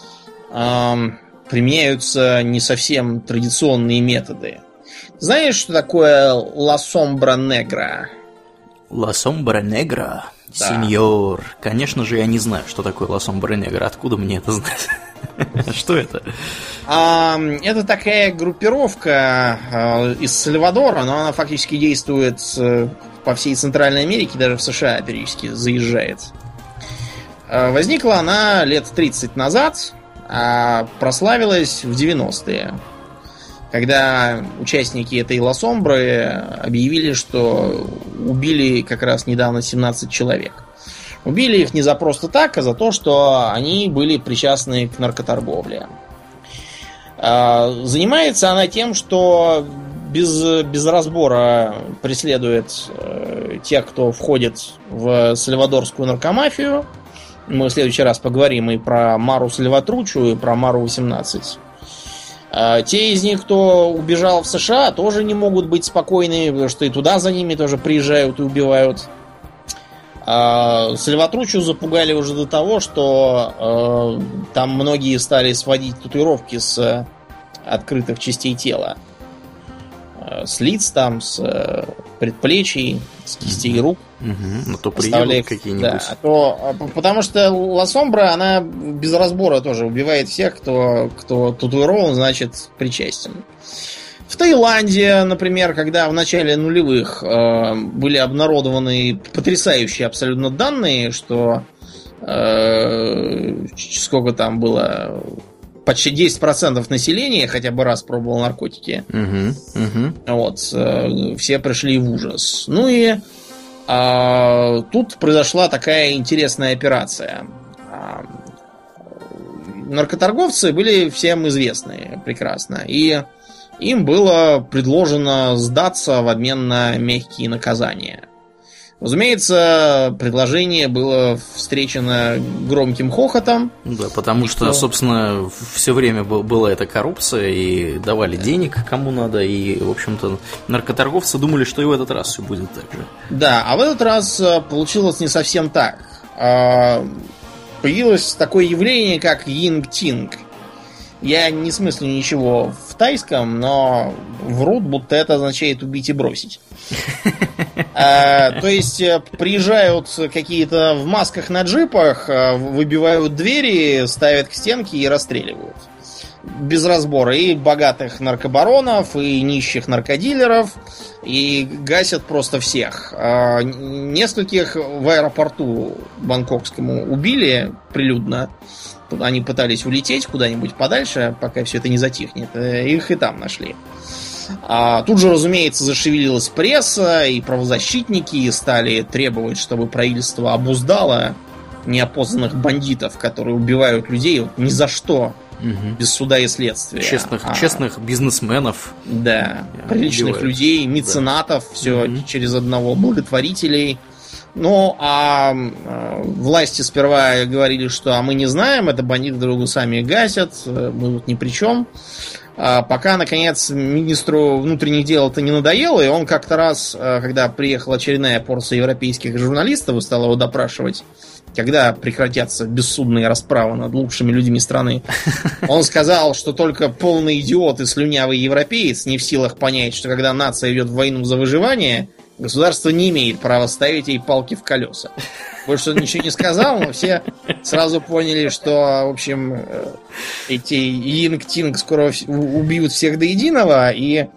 применяются не совсем традиционные методы. Знаешь, что такое «La Sombra Negra»? «La Sombra Negra»? Да. Сеньор. Конечно же, я не знаю, что такое «La Sombra Negra». Откуда мне это знать? Что это? Это такая группировка из Сальвадора, но она фактически действует по всей Центральной Америке, даже в США периодически заезжает. Возникла она лет 30 назад, а прославилась в 90-е, когда участники этой Ла Сомбры объявили, что убили как раз недавно 17 человек. Убили их не за просто так, а за то, что они были причастны к наркоторговле. Занимается она тем, что без разбора преследует тех, кто входит в сальвадорскую наркомафию. Мы в следующий раз поговорим и про Мару Сальватручу, и про Мару 18. Те из них, кто убежал в США, тоже не могут быть спокойными, потому что и туда за ними тоже приезжают и убивают. Сальватручу запугали уже до того, что там многие стали сводить татуировки с открытых частей тела. С лиц там, с предплечий, с кистей рук. Ну то приедут какие-нибудь. Да, потому что Ла Сомбра, она без разбора тоже убивает всех, кто татуирован, значит, причастен. В Таиланде, например, когда в начале нулевых были обнародованы потрясающие абсолютно данные, что сколько там было... Почти 10% населения хотя бы раз пробовал наркотики. Вот. Все пришли в ужас. Ну и тут произошла такая интересная операция. Наркоторговцы были всем известны прекрасно. И им было предложено сдаться в обмен на мягкие наказания. Разумеется, предложение было встречено громким хохотом. Да, потому что, собственно, все время была эта коррупция, и давали денег кому надо, и, в общем-то, наркоторговцы думали, что и в этот раз все будет так же. Да, а в этот раз получилось не совсем так. Появилось такое явление, как йинг-тинг. Я не смыслю ничего в тайском, но врут, будто это означает убить и бросить. То есть приезжают какие-то в масках на джипах, выбивают двери, ставят к стенке и расстреливают. Без разбора. И богатых наркобаронов, и нищих наркодилеров, и гасят просто всех. Нескольких в аэропорту бангкокскому убили прилюдно. Они пытались улететь куда-нибудь подальше, пока все это не затихнет. Их и там нашли. Тут же, разумеется, зашевелилась пресса, и правозащитники стали требовать, чтобы правительство обуздало неопознанных бандитов, которые убивают людей вот ни за что, без суда и следствия. Честных бизнесменов. Да, приличных людей, меценатов, все через одного, благотворителей. Ну, власти сперва говорили, что мы не знаем, это бандиты друг сами гасят, мы тут ни при чем. Пока, наконец, министру внутренних дел это не надоело, и он как-то раз, когда приехала очередная порция европейских журналистов и стала его допрашивать, когда прекратятся бессудные расправы над лучшими людьми страны, он сказал, что только полный идиот и слюнявый европеец не в силах понять, что когда нация идет в войну за выживание, государство не имеет права ставить ей палки в колеса. Больше он ничего не сказал, но все сразу поняли, что, в общем, эти Йинг-Тинг скоро убьют всех до единого, и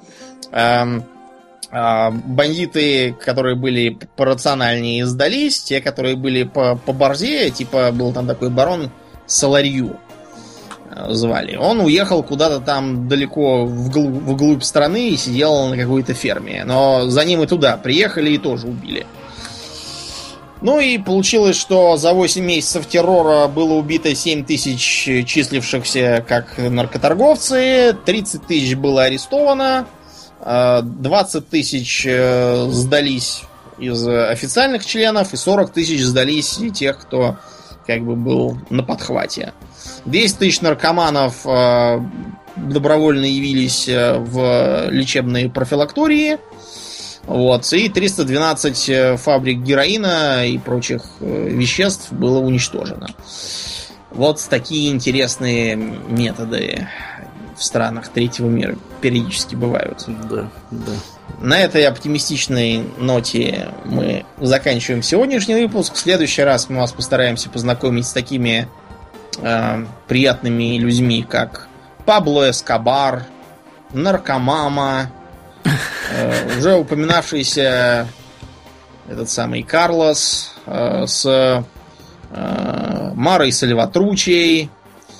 бандиты, которые были порациональнее, сдались, те, которые были поборзее, типа был там такой барон Соларью, звали. Он уехал куда-то там далеко вглубь страны и сидел на какой-то ферме. Но за ним и туда приехали и тоже убили. Ну и получилось, что за 8 месяцев террора было убито 7 тысяч числившихся как наркоторговцы, 30 тысяч было арестовано, 20 тысяч сдались из официальных членов и 40 тысяч сдались и тех, кто как бы был на подхвате. 200 тысяч наркоманов добровольно явились в лечебные профилактории. Вот, и 312 фабрик героина и прочих веществ было уничтожено. Вот такие интересные методы в странах третьего мира периодически бывают. Да, да. На этой оптимистичной ноте мы заканчиваем сегодняшний выпуск. В следующий раз мы вас постараемся познакомить с такими приятными людьми, как Пабло Эскобар, Наркомама, уже упоминавшийся этот самый Карлос, с Марой Сальватручей,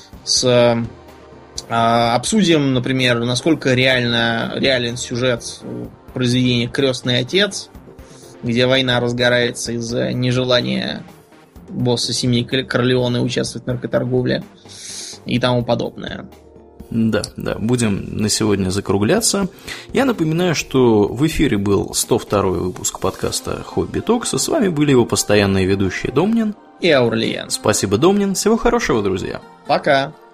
обсудим, например, насколько реален сюжет произведения «Крестный отец», где война разгорается из-за нежелания босса семьи Корлеоне участвовать в наркоторговле и тому подобное. Да, будем на сегодня закругляться. Я напоминаю, что в эфире был 102-й выпуск подкаста «Хобби Токса». С вами были его постоянные ведущие Домнин и Аурлиен. Спасибо, Домнин. Всего хорошего, друзья. Пока.